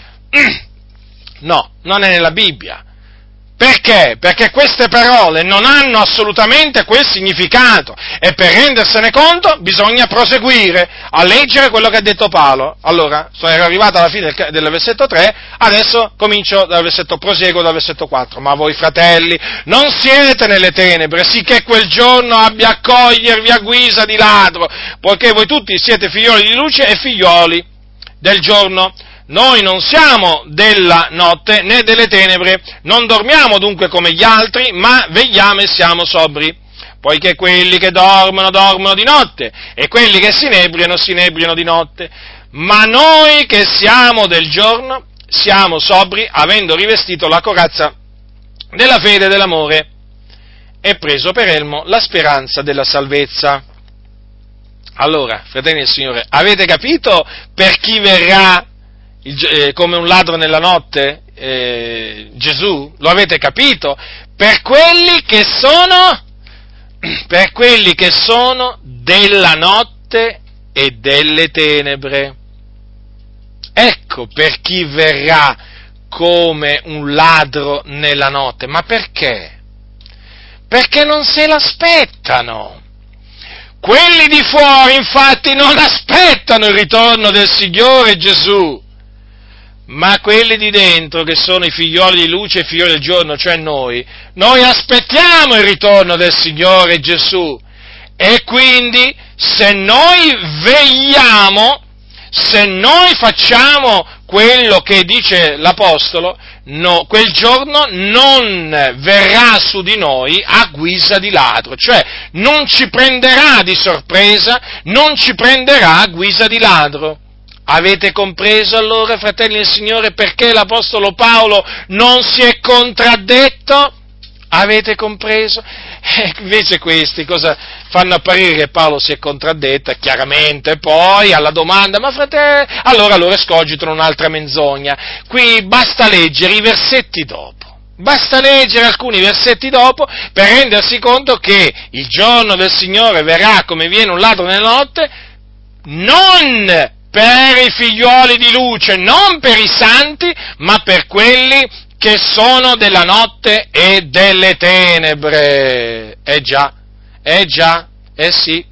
No, non è nella Bibbia. Perché? Perché queste parole non hanno assolutamente quel significato e per rendersene conto bisogna proseguire a leggere quello che ha detto Paolo. Allora, sono arrivato alla fine del, del versetto tre, adesso comincio dal versetto, proseguo dal versetto quattro. Ma voi fratelli non siete nelle tenebre, sicché quel giorno abbia a cogliervi a guisa di ladro, poiché voi tutti siete figlioli di luce e figlioli del giorno. noi non siamo della notte né delle tenebre, non dormiamo dunque come gli altri, ma vegliamo e siamo sobri. Poiché quelli che dormono, dormono di notte, e quelli che si inebriano, si inebriano di notte. Ma noi che siamo del giorno, siamo sobri, avendo rivestito la corazza della fede e dell'amore, e preso per elmo la speranza della salvezza. Allora, fratelli del Signore, avete capito per chi verrà il, eh, come un ladro nella notte eh, Gesù? Lo avete capito? Per quelli che sono... per quelli che sono della notte e delle tenebre. Ecco per chi verrà come un ladro nella notte. Ma perché? Perché non se l'aspettano. Quelli di fuori, infatti, non aspettano il ritorno del Signore Gesù. Ma quelli di dentro, che sono i figlioli di luce e i figlioli del giorno, cioè noi, noi aspettiamo il ritorno del Signore Gesù. E quindi, se noi vegliamo, se noi facciamo quello che dice l'Apostolo, no, quel giorno non verrà su di noi a guisa di ladro, cioè non ci prenderà di sorpresa, non ci prenderà a guisa di ladro. Avete compreso allora, fratelli del Signore, perché l'Apostolo Paolo non si è contraddetto? Avete compreso? E invece questi cosa fanno apparire che Paolo si è contraddetto? Chiaramente poi alla domanda, ma fratello, allora loro escogitano un'altra menzogna. Qui basta leggere i versetti dopo. Basta leggere alcuni versetti dopo per rendersi conto che il giorno del Signore verrà come viene un ladro nella notte, non per i figlioli di luce, non per i santi, ma per quelli che sono della notte e delle tenebre. Eh già, eh già, eh sì.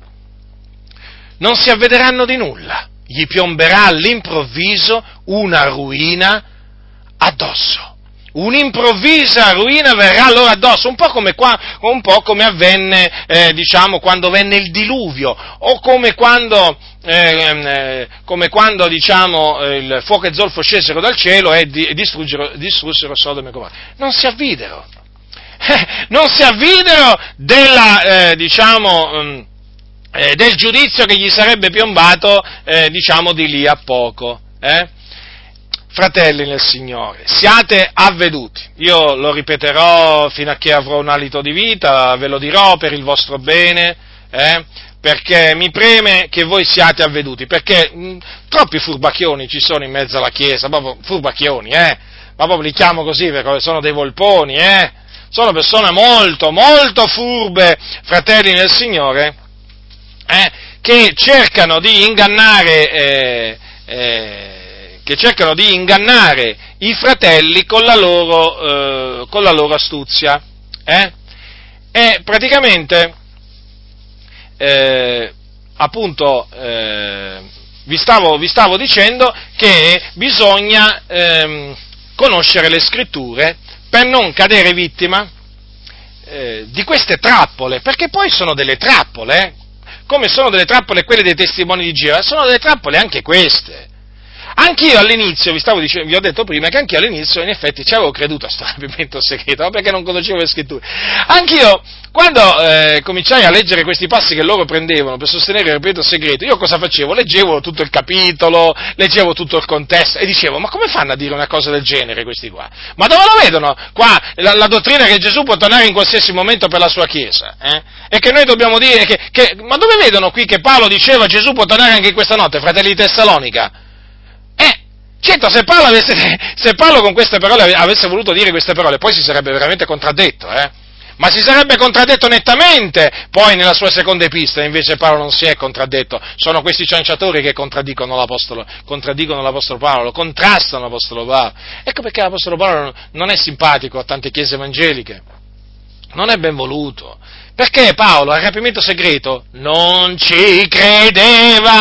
Non si avvederanno di nulla, gli piomberà all'improvviso una ruina addosso. Un'improvvisa ruina verrà loro addosso, un po' come, qua, un po' come avvenne, eh, diciamo, quando venne il diluvio, o come quando, eh, eh, come quando diciamo, eh, il fuoco e zolfo scesero dal cielo e, di, e distrussero, distrussero Sodoma e Gomorra. Non si avvidero, eh, non si avvidero della, eh, diciamo, um, eh, del giudizio che gli sarebbe piombato, eh, diciamo, di lì a poco, eh? Fratelli nel Signore, siate avveduti, io lo ripeterò fino a che avrò un alito di vita, ve lo dirò per il vostro bene, eh, perché mi preme che voi siate avveduti, perché mh, troppi furbacchioni ci sono in mezzo alla Chiesa, proprio furbacchioni, eh, ma proprio li chiamo così perché sono dei volponi, eh, sono persone molto, molto furbe, fratelli nel Signore, eh, che cercano di ingannare, eh, eh, che cercano di ingannare i fratelli con la loro, eh, con la loro astuzia, eh? E praticamente, eh, appunto, eh, vi, stavo, vi stavo dicendo che bisogna eh, conoscere le Scritture per non cadere vittima eh, di queste trappole, perché poi sono delle trappole, eh? Come sono delle trappole quelle dei testimoni di Geova, sono delle trappole anche queste. Anch'io all'inizio, vi stavo dicendo, vi ho detto prima che anch'io all'inizio in effetti ci avevo creduto a sto rapimento segreto, perché non conoscevo le scritture. Anch'io, quando eh, cominciai a leggere questi passi che loro prendevano per sostenere il rapimento segreto, io cosa facevo? Leggevo tutto il capitolo, leggevo tutto il contesto e dicevo, ma come fanno a dire una cosa del genere questi qua? Ma dove lo vedono? Qua la, la dottrina che Gesù può tornare in qualsiasi momento per la sua Chiesa, eh? E che noi dobbiamo dire che, che, ma dove vedono qui che Paolo diceva Gesù può tornare anche in questa notte, fratelli di Tessalonica? Eh, certo, se Paolo, avesse, se Paolo con queste parole avesse voluto dire queste parole, poi si sarebbe veramente contraddetto, eh? Ma si sarebbe contraddetto nettamente, poi nella sua seconda epistola, invece Paolo non si è contraddetto, sono questi cianciatori che contraddicono l'Apostolo, contraddicono l'Apostolo Paolo, lo contrastano l'Apostolo Paolo. Ecco perché l'Apostolo Paolo non è simpatico a tante chiese evangeliche, non è ben voluto. Perché Paolo al rapimento segreto non ci credeva,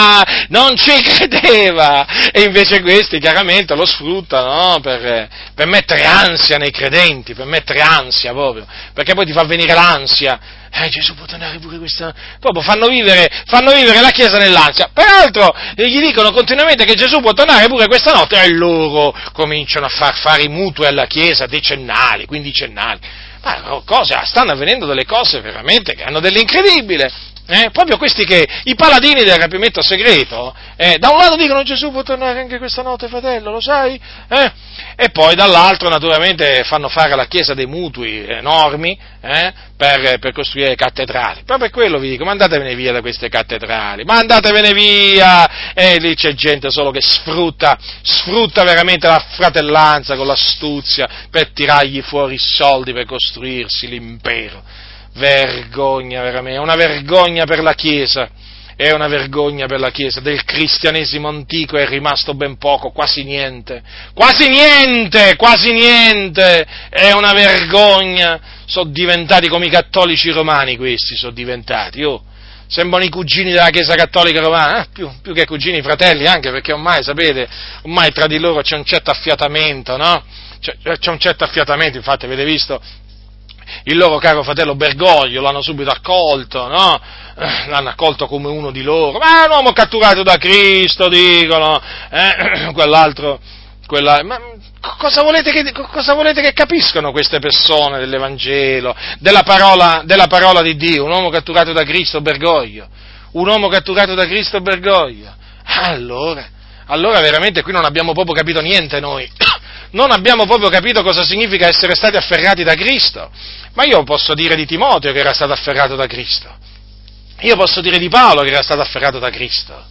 non ci credeva, e invece questi chiaramente lo sfruttano, no? per, per mettere ansia nei credenti, per mettere ansia proprio, perché poi ti fa venire l'ansia. Eh, Gesù può tornare pure questa... Proprio fanno vivere, fanno vivere la Chiesa nell'ansia. Peraltro gli dicono continuamente che Gesù può tornare pure questa notte e loro cominciano a far fare i mutui alla Chiesa decennali, quindicennali. Ma cose, stanno avvenendo delle cose veramente che hanno dell'incredibile. Eh, proprio questi che, i paladini del rapimento segreto, eh, da un lato dicono Gesù può tornare anche questa notte, fratello, lo sai? Eh? E poi dall'altro naturalmente fanno fare alla Chiesa dei mutui enormi eh, per, per costruire cattedrali. Proprio per quello vi dico, mandatevene via da queste cattedrali, mandatevene via! E lì c'è gente solo che sfrutta, sfrutta veramente la fratellanza con l'astuzia per tirargli fuori i soldi per costruirsi l'impero. Vergogna veramente, è una vergogna per la Chiesa, è una vergogna per la Chiesa, del cristianesimo antico è rimasto ben poco, quasi niente, quasi niente, quasi niente, è una vergogna, sono diventati come i cattolici romani questi, sono diventati, oh, sembrano i cugini della Chiesa Cattolica Romana, eh, più, più che cugini, fratelli anche, perché ormai, sapete, ormai tra di loro c'è un certo affiatamento, no? C'è, c'è un certo affiatamento, infatti avete visto il loro caro fratello Bergoglio, l'hanno subito accolto, no? L'hanno accolto come uno di loro, ma è un uomo catturato da Cristo, dicono, eh? quell'altro, quella, ma cosa volete, che, cosa volete che capiscano queste persone dell'Evangelo, della parola, della parola di Dio? Un uomo catturato da Cristo, Bergoglio, un uomo catturato da Cristo, Bergoglio, allora, allora veramente qui non abbiamo proprio capito niente noi, non abbiamo proprio capito cosa significa essere stati afferrati da Cristo. Ma io posso dire di Timoteo che era stato afferrato da Cristo, io posso dire di Paolo che era stato afferrato da Cristo,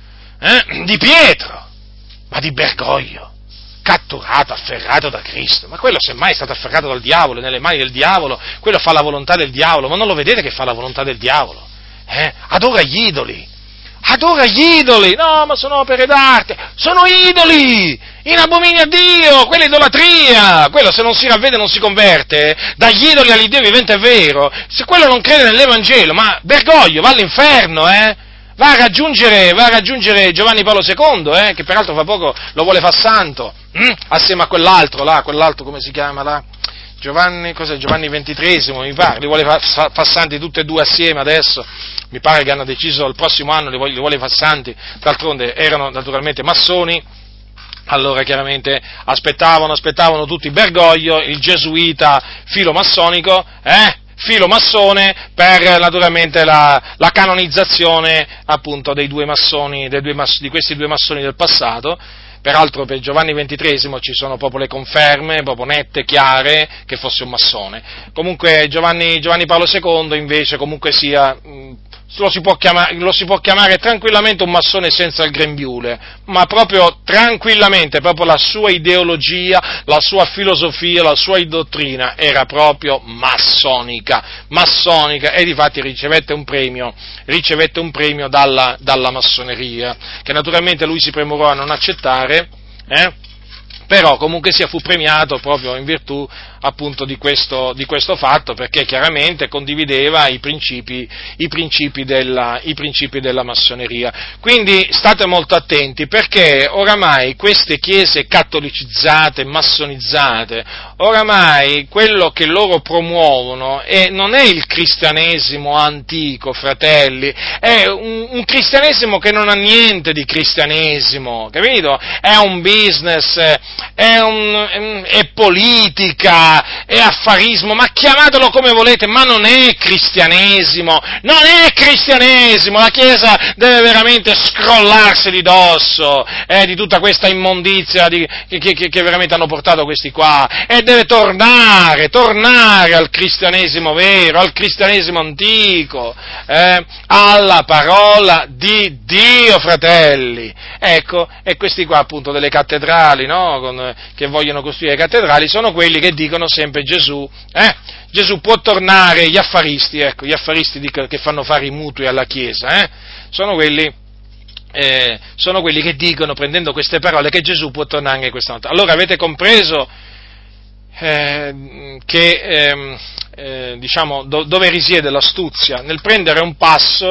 eh? Di Pietro, ma di Bergoglio, catturato, afferrato da Cristo, ma quello semmai è stato afferrato dal diavolo, nelle mani del diavolo, quello fa la volontà del diavolo, ma non lo vedete che fa la volontà del diavolo? Eh? Adora gli idoli, adora gli idoli, no, ma sono opere d'arte, sono idoli, in abominio a Dio, quella è idolatria, quello se non si ravvede non si converte, dagli idoli all'Iddio vivente è vero, se quello non crede nell'Evangelo, ma Bergoglio va all'inferno, eh, va a raggiungere, va a raggiungere Giovanni Paolo secondo, eh, che peraltro fra poco lo vuole far santo, hm? assieme a quell'altro là, quell'altro come si chiama là? Giovanni, cos'è? Giovanni ventitresimo, mi pare, li vuole far, far santi tutti e due assieme adesso, mi pare che hanno deciso il prossimo anno li vuole, li vuole far santi, d'altronde erano naturalmente massoni, allora chiaramente aspettavano, aspettavano tutti Bergoglio, il gesuita filo massonico, eh? filo massone per naturalmente la, la canonizzazione appunto dei due massoni, dei due mass, di questi due massoni del passato. Peraltro per Giovanni ventitresimo ci sono proprio le conferme, proprio nette, chiare, che fosse un massone. Comunque Giovanni, Giovanni Paolo secondo invece comunque sia, mh, lo, si può chiamare, lo si può chiamare tranquillamente un massone senza il grembiule, ma proprio tranquillamente, proprio la sua ideologia, la sua filosofia, la sua dottrina era proprio massonica, massonica, e difatti ricevette un premio, ricevette un premio dalla, dalla massoneria, che naturalmente lui si premurò a non accettare, Eh? però comunque sia fu premiato proprio in virtù appunto di questo, di questo fatto, perché chiaramente condivideva i principi, i principi della, i principi della massoneria. Quindi state molto attenti, perché oramai queste chiese catolicizzate, massonizzate, oramai quello che loro promuovono è, non è il cristianesimo antico, fratelli, è un, un cristianesimo che non ha niente di cristianesimo, capito? È un business, è, un, è politica, è affarismo, ma chiamatelo come volete, ma non è cristianesimo, non è cristianesimo, la Chiesa deve veramente scrollarsi di dosso, eh, di tutta questa immondizia di, che, che, che veramente hanno portato questi qua, e deve tornare, tornare al cristianesimo vero, al cristianesimo antico, eh, alla parola di Dio, fratelli. Ecco, e questi qua appunto delle cattedrali, no, con, che vogliono costruire cattedrali, sono quelli che dicono sempre Gesù, eh, Gesù può tornare, gli affaristi, ecco, gli affaristi dicono, che fanno fare i mutui alla Chiesa, eh, sono quelli, eh, sono quelli che dicono, prendendo queste parole, che Gesù può tornare anche questa notte. Allora avete compreso eh, che, eh, eh, diciamo, do, dove risiede l'astuzia? Nel prendere un passo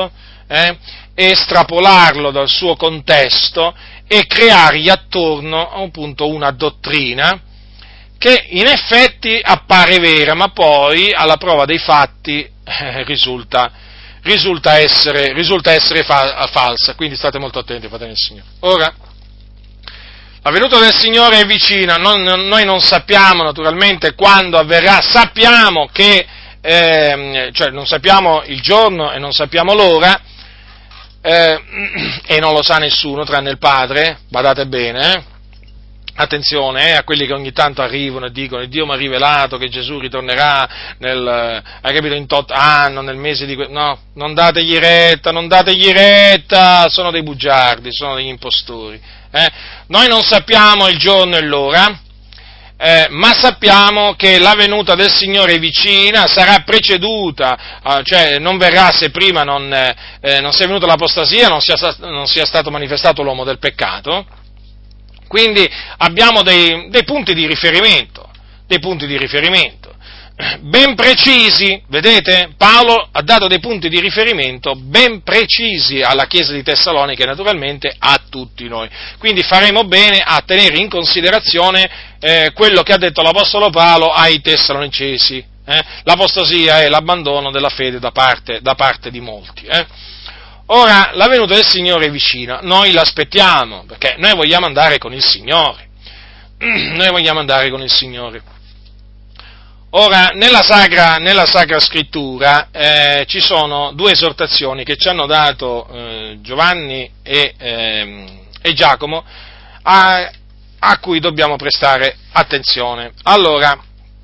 eh, estrapolarlo dal suo contesto e creargli attorno appunto una dottrina che in effetti appare vera, ma poi alla prova dei fatti eh, risulta, risulta essere, risulta essere fa- falsa. Quindi state molto attenti, fratelli del Signore. Ora, la venuta del Signore è vicina, non, noi non sappiamo naturalmente quando avverrà, sappiamo che, eh, cioè non sappiamo il giorno e non sappiamo l'ora, eh, e non lo sa nessuno tranne il Padre, badate bene, eh? Attenzione eh, a quelli che ogni tanto arrivano e dicono Dio mi ha rivelato che Gesù ritornerà nel, hai capito, in tot anno, nel mese di... Que- no, non dategli retta, non dategli retta, sono dei bugiardi, sono degli impostori. Eh? Noi non sappiamo il giorno e l'ora, eh, ma sappiamo che la venuta del Signore è vicina, sarà preceduta, eh, cioè non verrà se prima non, eh, non sia venuta l'apostasia, non sia, non sia stato manifestato l'uomo del peccato. Quindi abbiamo dei, dei punti di riferimento, dei punti di riferimento ben precisi, vedete? Paolo ha dato dei punti di riferimento ben precisi alla Chiesa di Tessalonica e naturalmente a tutti noi. Quindi faremo bene a tenere in considerazione eh, quello che ha detto l'Apostolo Paolo ai Tessalonicesi. Eh? L'apostasia è l'abbandono della fede da parte, da parte di molti. Eh? Ora, la venuta del Signore è vicina, noi l'aspettiamo, perché noi vogliamo andare con il Signore, noi vogliamo andare con il Signore. Ora, nella Sacra, nella Sacra Scrittura eh, ci sono due esortazioni che ci hanno dato eh, Giovanni e, eh, e Giacomo, a, a cui dobbiamo prestare attenzione. Allora,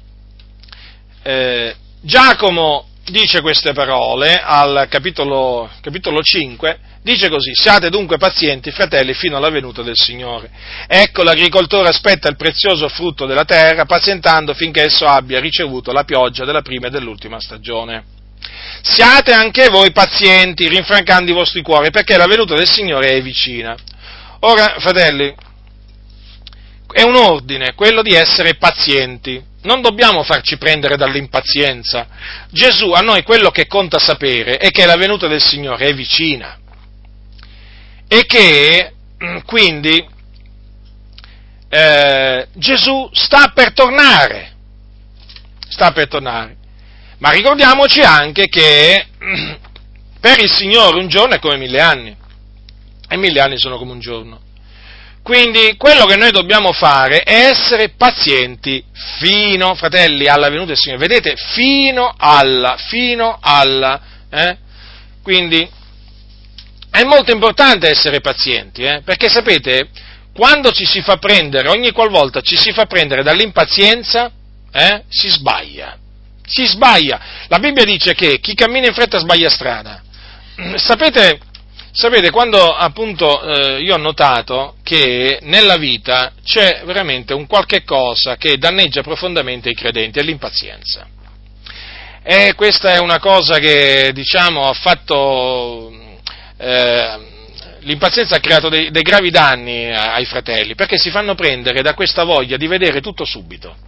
eh, Giacomo dice queste parole al capitolo, capitolo cinque, dice così: siate dunque pazienti, fratelli, fino alla venuta del Signore. Ecco, l'agricoltore aspetta il prezioso frutto della terra, pazientando finché esso abbia ricevuto la pioggia della prima e dell'ultima stagione. Siate anche voi pazienti, rinfrancando i vostri cuori, perché la venuta del Signore è vicina. Ora, fratelli, è un ordine quello di essere pazienti. Non dobbiamo farci prendere dall'impazienza. Gesù, a noi quello che conta sapere è che la venuta del Signore è vicina e che quindi eh, Gesù sta per tornare, sta per tornare. Ma ricordiamoci anche che per il Signore un giorno è come mille anni e mille anni sono come un giorno. Quindi quello che noi dobbiamo fare è essere pazienti fino, fratelli, alla venuta del Signore. Vedete, fino alla, fino alla, eh? Quindi è molto importante essere pazienti, eh? Perché sapete, quando ci si fa prendere, ogni qualvolta ci si fa prendere dall'impazienza, eh? si sbaglia, si sbaglia. La Bibbia dice che chi cammina in fretta sbaglia strada. Sapete... Sapete, quando appunto eh, io ho notato che nella vita c'è veramente un qualche cosa che danneggia profondamente i credenti, è l'impazienza. E questa è una cosa che, diciamo, ha fatto, eh, l'impazienza ha creato dei, dei gravi danni ai fratelli, perché si fanno prendere da questa voglia di vedere tutto subito.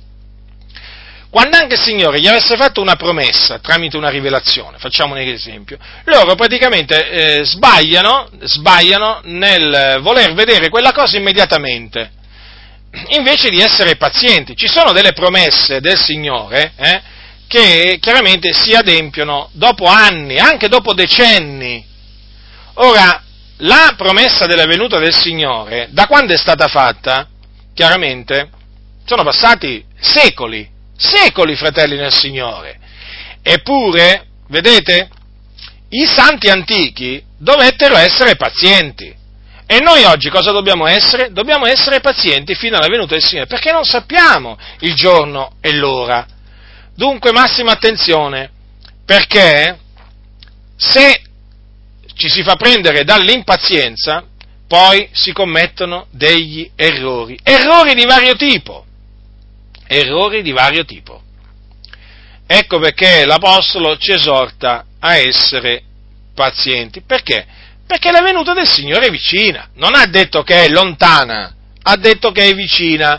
Quando anche il Signore gli avesse fatto una promessa tramite una rivelazione, facciamo un esempio, loro praticamente eh, sbagliano, sbagliano nel voler vedere quella cosa immediatamente, invece di essere pazienti. Ci sono delle promesse del Signore eh, che chiaramente si adempiono dopo anni, anche dopo decenni. Ora, la promessa della venuta del Signore, da quando è stata fatta, chiaramente, sono passati secoli. Secoli, fratelli nel Signore. Eppure, vedete, i santi antichi dovettero essere pazienti. E noi oggi cosa dobbiamo essere? Dobbiamo essere pazienti fino alla venuta del Signore, perché non sappiamo il giorno e l'ora. Dunque, massima attenzione, perché se ci si fa prendere dall'impazienza, poi si commettono degli errori. Errori di vario tipo. Errori di vario tipo. Ecco perché l'Apostolo ci esorta a essere pazienti. Perché? Perché la venuta del Signore è vicina. Non ha detto che è lontana, ha detto che è vicina.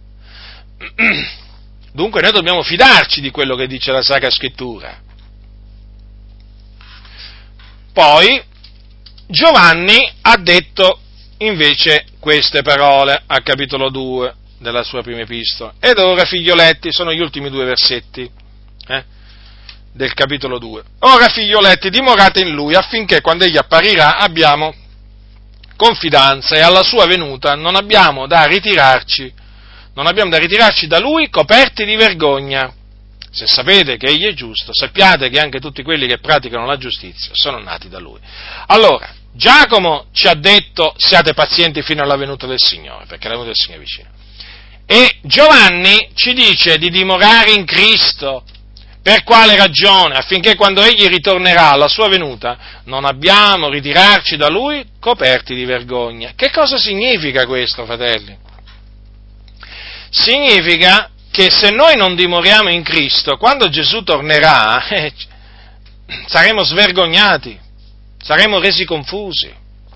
Dunque noi dobbiamo fidarci di quello che dice la Sacra Scrittura. Poi Giovanni ha detto invece queste parole al capitolo due della sua prima epistola. Ed ora, figlioletti, sono gli ultimi due versetti eh, del capitolo due. Ora, figlioletti, dimorate in lui, affinché quando egli apparirà abbiamo confidenza e alla sua venuta non abbiamo da ritirarci, non abbiamo da ritirarci da lui coperti di vergogna. Se sapete che egli è giusto, sappiate che anche tutti quelli che praticano la giustizia sono nati da lui. Allora, Giacomo ci ha detto: siate pazienti fino alla venuta del Signore, perché la venuta del Signore è vicina. E Giovanni ci dice di dimorare in Cristo. Per quale ragione? Affinché quando egli ritornerà alla sua venuta non abbiamo ritirarci da lui coperti di vergogna. Che cosa significa questo, fratelli? Significa che se noi non dimoriamo in Cristo, quando Gesù tornerà, eh, saremo svergognati, saremo resi confusi.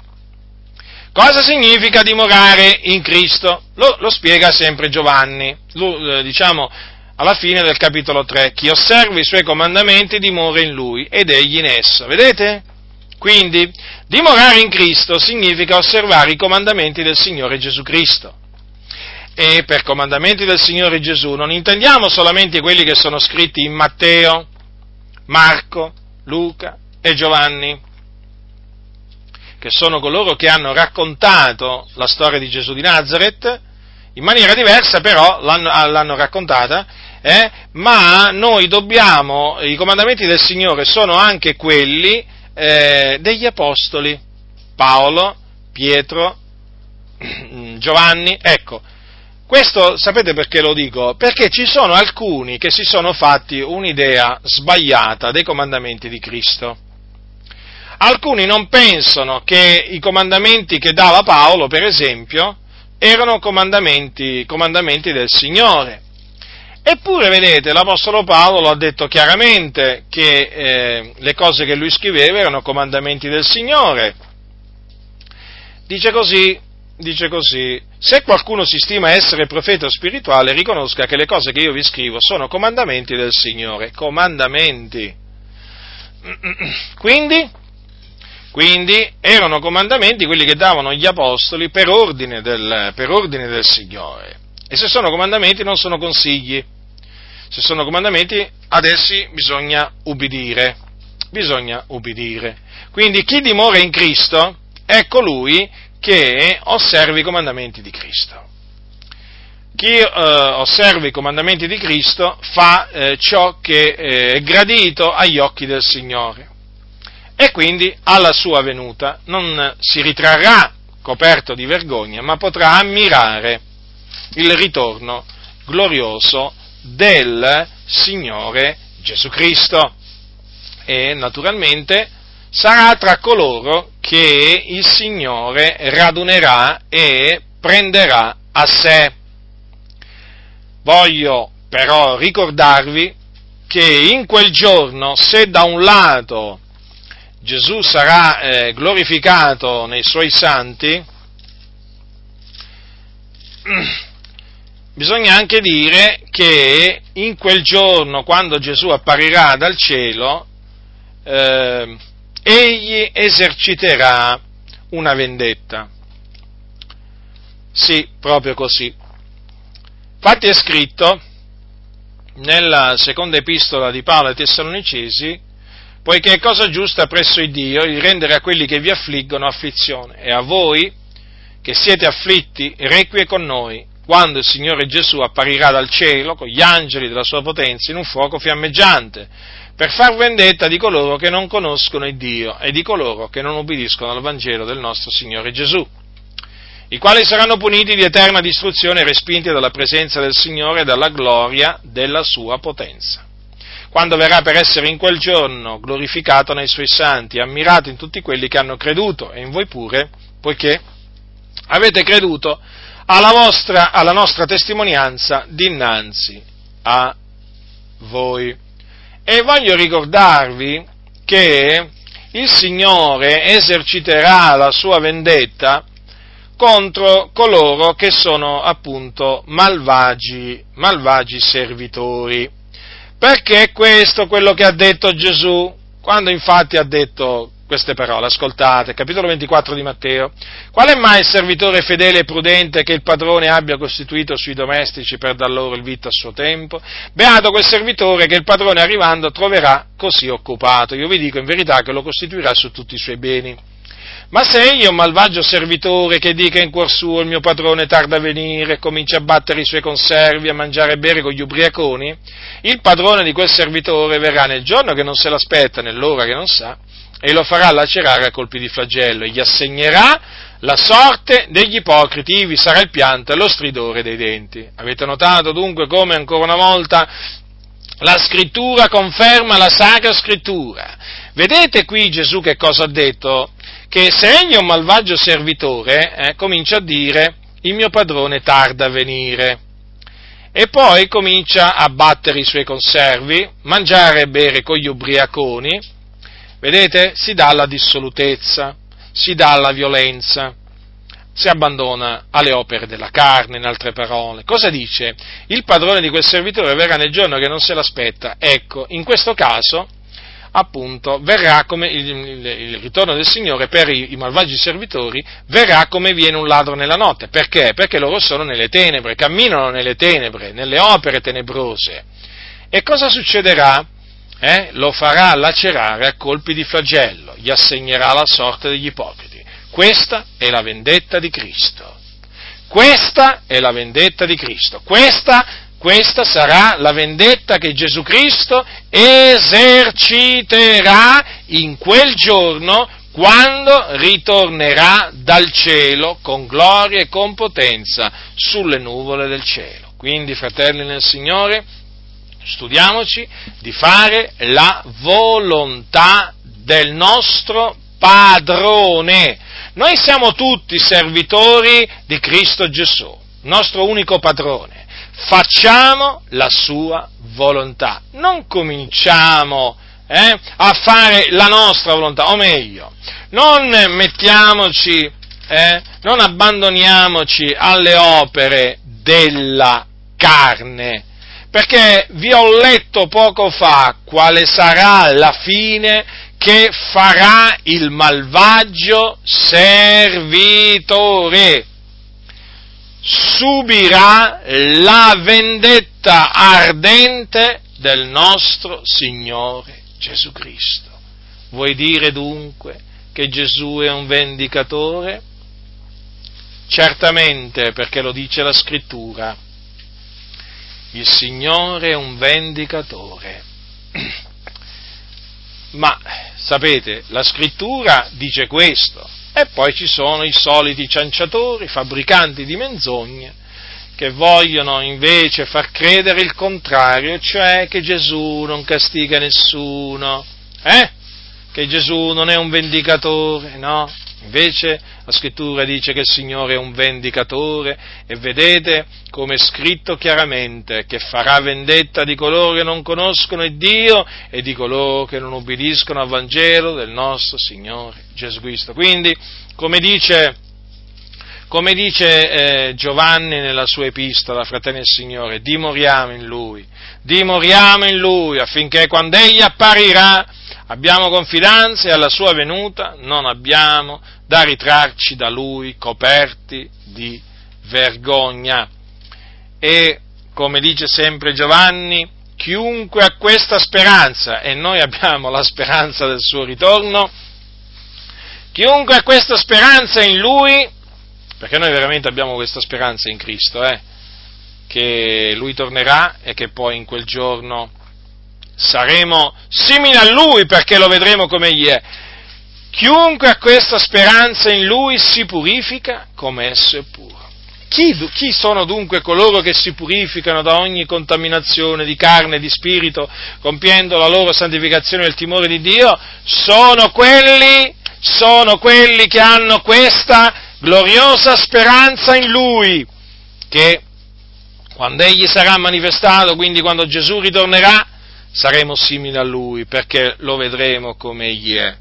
Cosa significa dimorare in Cristo? Lo, lo spiega sempre Giovanni, lo, eh, diciamo alla fine del capitolo tre. Chi osserva i suoi comandamenti dimora in lui ed egli in esso. Vedete? Quindi, dimorare in Cristo significa osservare i comandamenti del Signore Gesù Cristo. E per comandamenti del Signore Gesù non intendiamo solamente quelli che sono scritti in Matteo, Marco, Luca e Giovanni, che sono coloro che hanno raccontato la storia di Gesù di Nazaret, in maniera diversa però l'hanno, l'hanno raccontata, eh, ma noi dobbiamo, i comandamenti del Signore sono anche quelli eh, degli Apostoli, Paolo, Pietro, Giovanni, ecco. Questo sapete perché lo dico? Perché ci sono alcuni che si sono fatti un'idea sbagliata dei comandamenti di Cristo. Alcuni non pensano che i comandamenti che dava Paolo, per esempio, erano comandamenti, comandamenti del Signore. Eppure, vedete, l'Apostolo Paolo lo ha detto chiaramente che eh, le cose che lui scriveva erano comandamenti del Signore. Dice così, dice così, se qualcuno si stima essere profeta o spirituale, riconosca che le cose che io vi scrivo sono comandamenti del Signore, comandamenti. Quindi, quindi erano comandamenti quelli che davano gli apostoli per ordine del, per ordine del Signore. E se sono comandamenti non sono consigli. Se sono comandamenti ad essi bisogna ubbidire. Bisogna ubbidire. Quindi chi dimora in Cristo è colui che osserva i comandamenti di Cristo. Chi eh, osserva i comandamenti di Cristo fa eh, ciò che eh, è gradito agli occhi del Signore e quindi alla sua venuta non si ritrarrà coperto di vergogna, ma potrà ammirare il ritorno glorioso del Signore Gesù Cristo e naturalmente sarà tra coloro che il Signore radunerà e prenderà a sé. Voglio però ricordarvi che in quel giorno, se da un lato Gesù sarà eh, glorificato nei suoi santi, bisogna anche dire che in quel giorno, quando Gesù apparirà dal cielo, eh, egli eserciterà una vendetta. Sì, proprio così. Infatti è scritto nella seconda epistola di Paolo ai Tessalonicesi: poiché è cosa giusta presso il Dio il rendere a quelli che vi affliggono afflizione, e a voi che siete afflitti requie con noi, quando il Signore Gesù apparirà dal cielo con gli angeli della sua potenza in un fuoco fiammeggiante, per far vendetta di coloro che non conoscono il Dio e di coloro che non ubbidiscono al Vangelo del nostro Signore Gesù, i quali saranno puniti di eterna distruzione e respinti dalla presenza del Signore e dalla gloria della sua potenza, quando verrà per essere in quel giorno glorificato nei suoi santi, ammirato in tutti quelli che hanno creduto, e in voi pure, poiché avete creduto alla vostra, alla nostra testimonianza dinanzi a voi. E voglio ricordarvi che il Signore eserciterà la sua vendetta contro coloro che sono appunto malvagi, malvagi servitori. Perché è questo quello che ha detto Gesù, quando infatti ha detto queste parole, ascoltate, capitolo ventiquattro di Matteo. Qual è mai il servitore fedele e prudente che il padrone abbia costituito sui domestici per dar loro il vitto a suo tempo? Beato quel servitore che il padrone arrivando troverà così occupato. Io vi dico in verità che lo costituirà su tutti i suoi beni. Ma se egli è un malvagio servitore che dica in cuor suo il mio padrone tarda a venire e comincia a battere i suoi conservi, a mangiare e bere con gli ubriaconi, il padrone di quel servitore verrà nel giorno che non se l'aspetta, nell'ora che non sa, e lo farà lacerare a colpi di flagello e gli assegnerà la sorte degli ipocriti, ivi sarà il pianto e lo stridore dei denti. Avete notato dunque come ancora una volta la scrittura conferma la Sacra Scrittura? Vedete qui Gesù che cosa ha detto? Che se egli è un malvagio servitore, eh, comincia a dire il mio padrone tarda a venire, e poi comincia a battere i suoi conservi, mangiare e bere con gli ubriaconi, vedete? Si dà alla dissolutezza, si dà alla violenza, si abbandona alle opere della carne, in altre parole. Cosa dice? Il padrone di quel servitore verrà nel giorno che non se l'aspetta. Ecco, in questo caso, appunto, verrà come il, il, il ritorno del Signore per i, i malvagi servitori, verrà come viene un ladro nella notte. Perché? Perché loro sono nelle tenebre, camminano nelle tenebre, nelle opere tenebrose. E cosa succederà? Eh? Lo farà lacerare a colpi di flagello, gli assegnerà la sorte degli ipocriti. Questa è la vendetta di Cristo. Questa è la vendetta di Cristo. Questa Questa sarà la vendetta che Gesù Cristo eserciterà in quel giorno quando ritornerà dal cielo con gloria e con potenza sulle nuvole del cielo. Quindi, fratelli nel Signore, studiamoci di fare la volontà del nostro Padrone. Noi siamo tutti servitori di Cristo Gesù, nostro unico Padrone. Facciamo la sua volontà, non cominciamo eh, a fare la nostra volontà, o meglio, non mettiamoci, eh, non abbandoniamoci alle opere della carne, perché vi ho letto poco fa quale sarà la fine che farà il malvagio servitore. Subirà la vendetta ardente del nostro Signore Gesù Cristo. Vuoi dire dunque che Gesù è un vendicatore? Certamente, perché lo dice la Scrittura. Il Signore è un vendicatore. Ma, sapete, la Scrittura dice questo. E poi ci sono i soliti cianciatori, fabbricanti di menzogne, che vogliono invece far credere il contrario, cioè che Gesù non castiga nessuno, eh? Che Gesù non è un vendicatore, no? Invece la Scrittura dice che il Signore è un vendicatore, e vedete come è scritto chiaramente che farà vendetta di coloro che non conoscono il Dio e di coloro che non obbediscono al Vangelo del nostro Signore Gesù Cristo. Quindi, come dice, come dice eh, Giovanni nella sua epistola, fratelli del Signore, dimoriamo in Lui, dimoriamo in Lui, affinché quando Egli apparirà abbiamo confidenza e alla sua venuta non abbiamo da ritrarci da Lui coperti di vergogna. E, come dice sempre Giovanni, chiunque ha questa speranza, e noi abbiamo la speranza del suo ritorno, chiunque ha questa speranza in Lui, perché noi veramente abbiamo questa speranza in Cristo, eh, che Lui tornerà e che poi in quel giorno saremo simili a Lui perché lo vedremo come Egli è. Chiunque ha questa speranza in Lui si purifica come esso è puro. Chi, chi sono dunque coloro che si purificano da ogni contaminazione di carne e di spirito, compiendo la loro santificazione nel timore di Dio? Sono quelli, sono quelli che hanno questa gloriosa speranza in Lui, che quando Egli sarà manifestato, quindi quando Gesù ritornerà, saremo simili a Lui, perché lo vedremo come Egli è.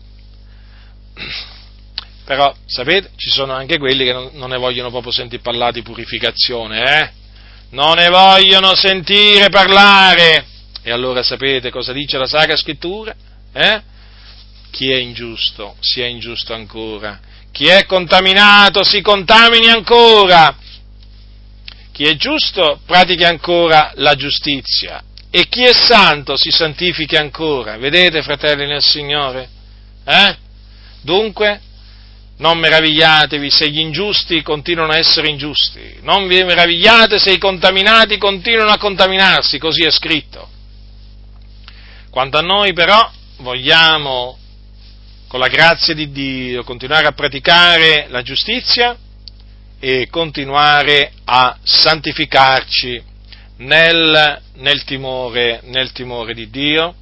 Però, sapete, ci sono anche quelli che non, non ne vogliono proprio sentire parlare di purificazione, eh? Non ne vogliono sentire parlare. E allora sapete cosa dice la Sacra Scrittura? Eh? chi è ingiusto sia ingiusto ancora, chi è contaminato si contamini ancora, chi è giusto pratichi ancora la giustizia e chi è santo si santifichi ancora. Vedete, fratelli nel Signore? Eh? Dunque, non meravigliatevi se gli ingiusti continuano a essere ingiusti, non vi meravigliate se i contaminati continuano a contaminarsi, così è scritto. Quanto a noi però vogliamo, con la grazia di Dio, continuare a praticare la giustizia e continuare a santificarci nel, nel timore, nel timore di Dio,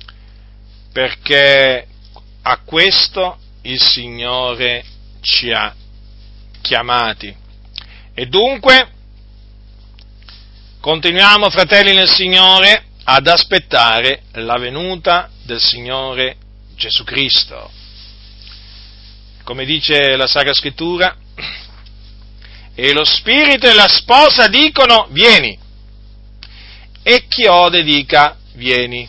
perché a questo il Signore ci ha chiamati. E dunque continuiamo, fratelli nel Signore, ad aspettare la venuta del Signore Gesù Cristo. Come dice la Sacra Scrittura, e lo Spirito e la sposa dicono vieni, e chi ode dica vieni.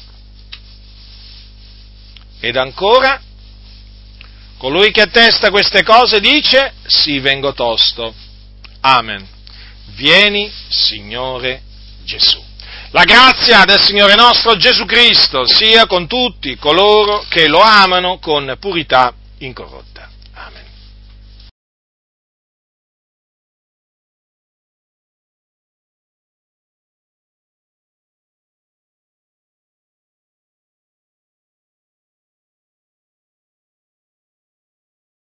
Ed ancora, colui che attesta queste cose dice sì, vengo tosto. Amen. Vieni, Signore Gesù. La grazia del Signore nostro Gesù Cristo sia con tutti coloro che lo amano con purità incorrotta.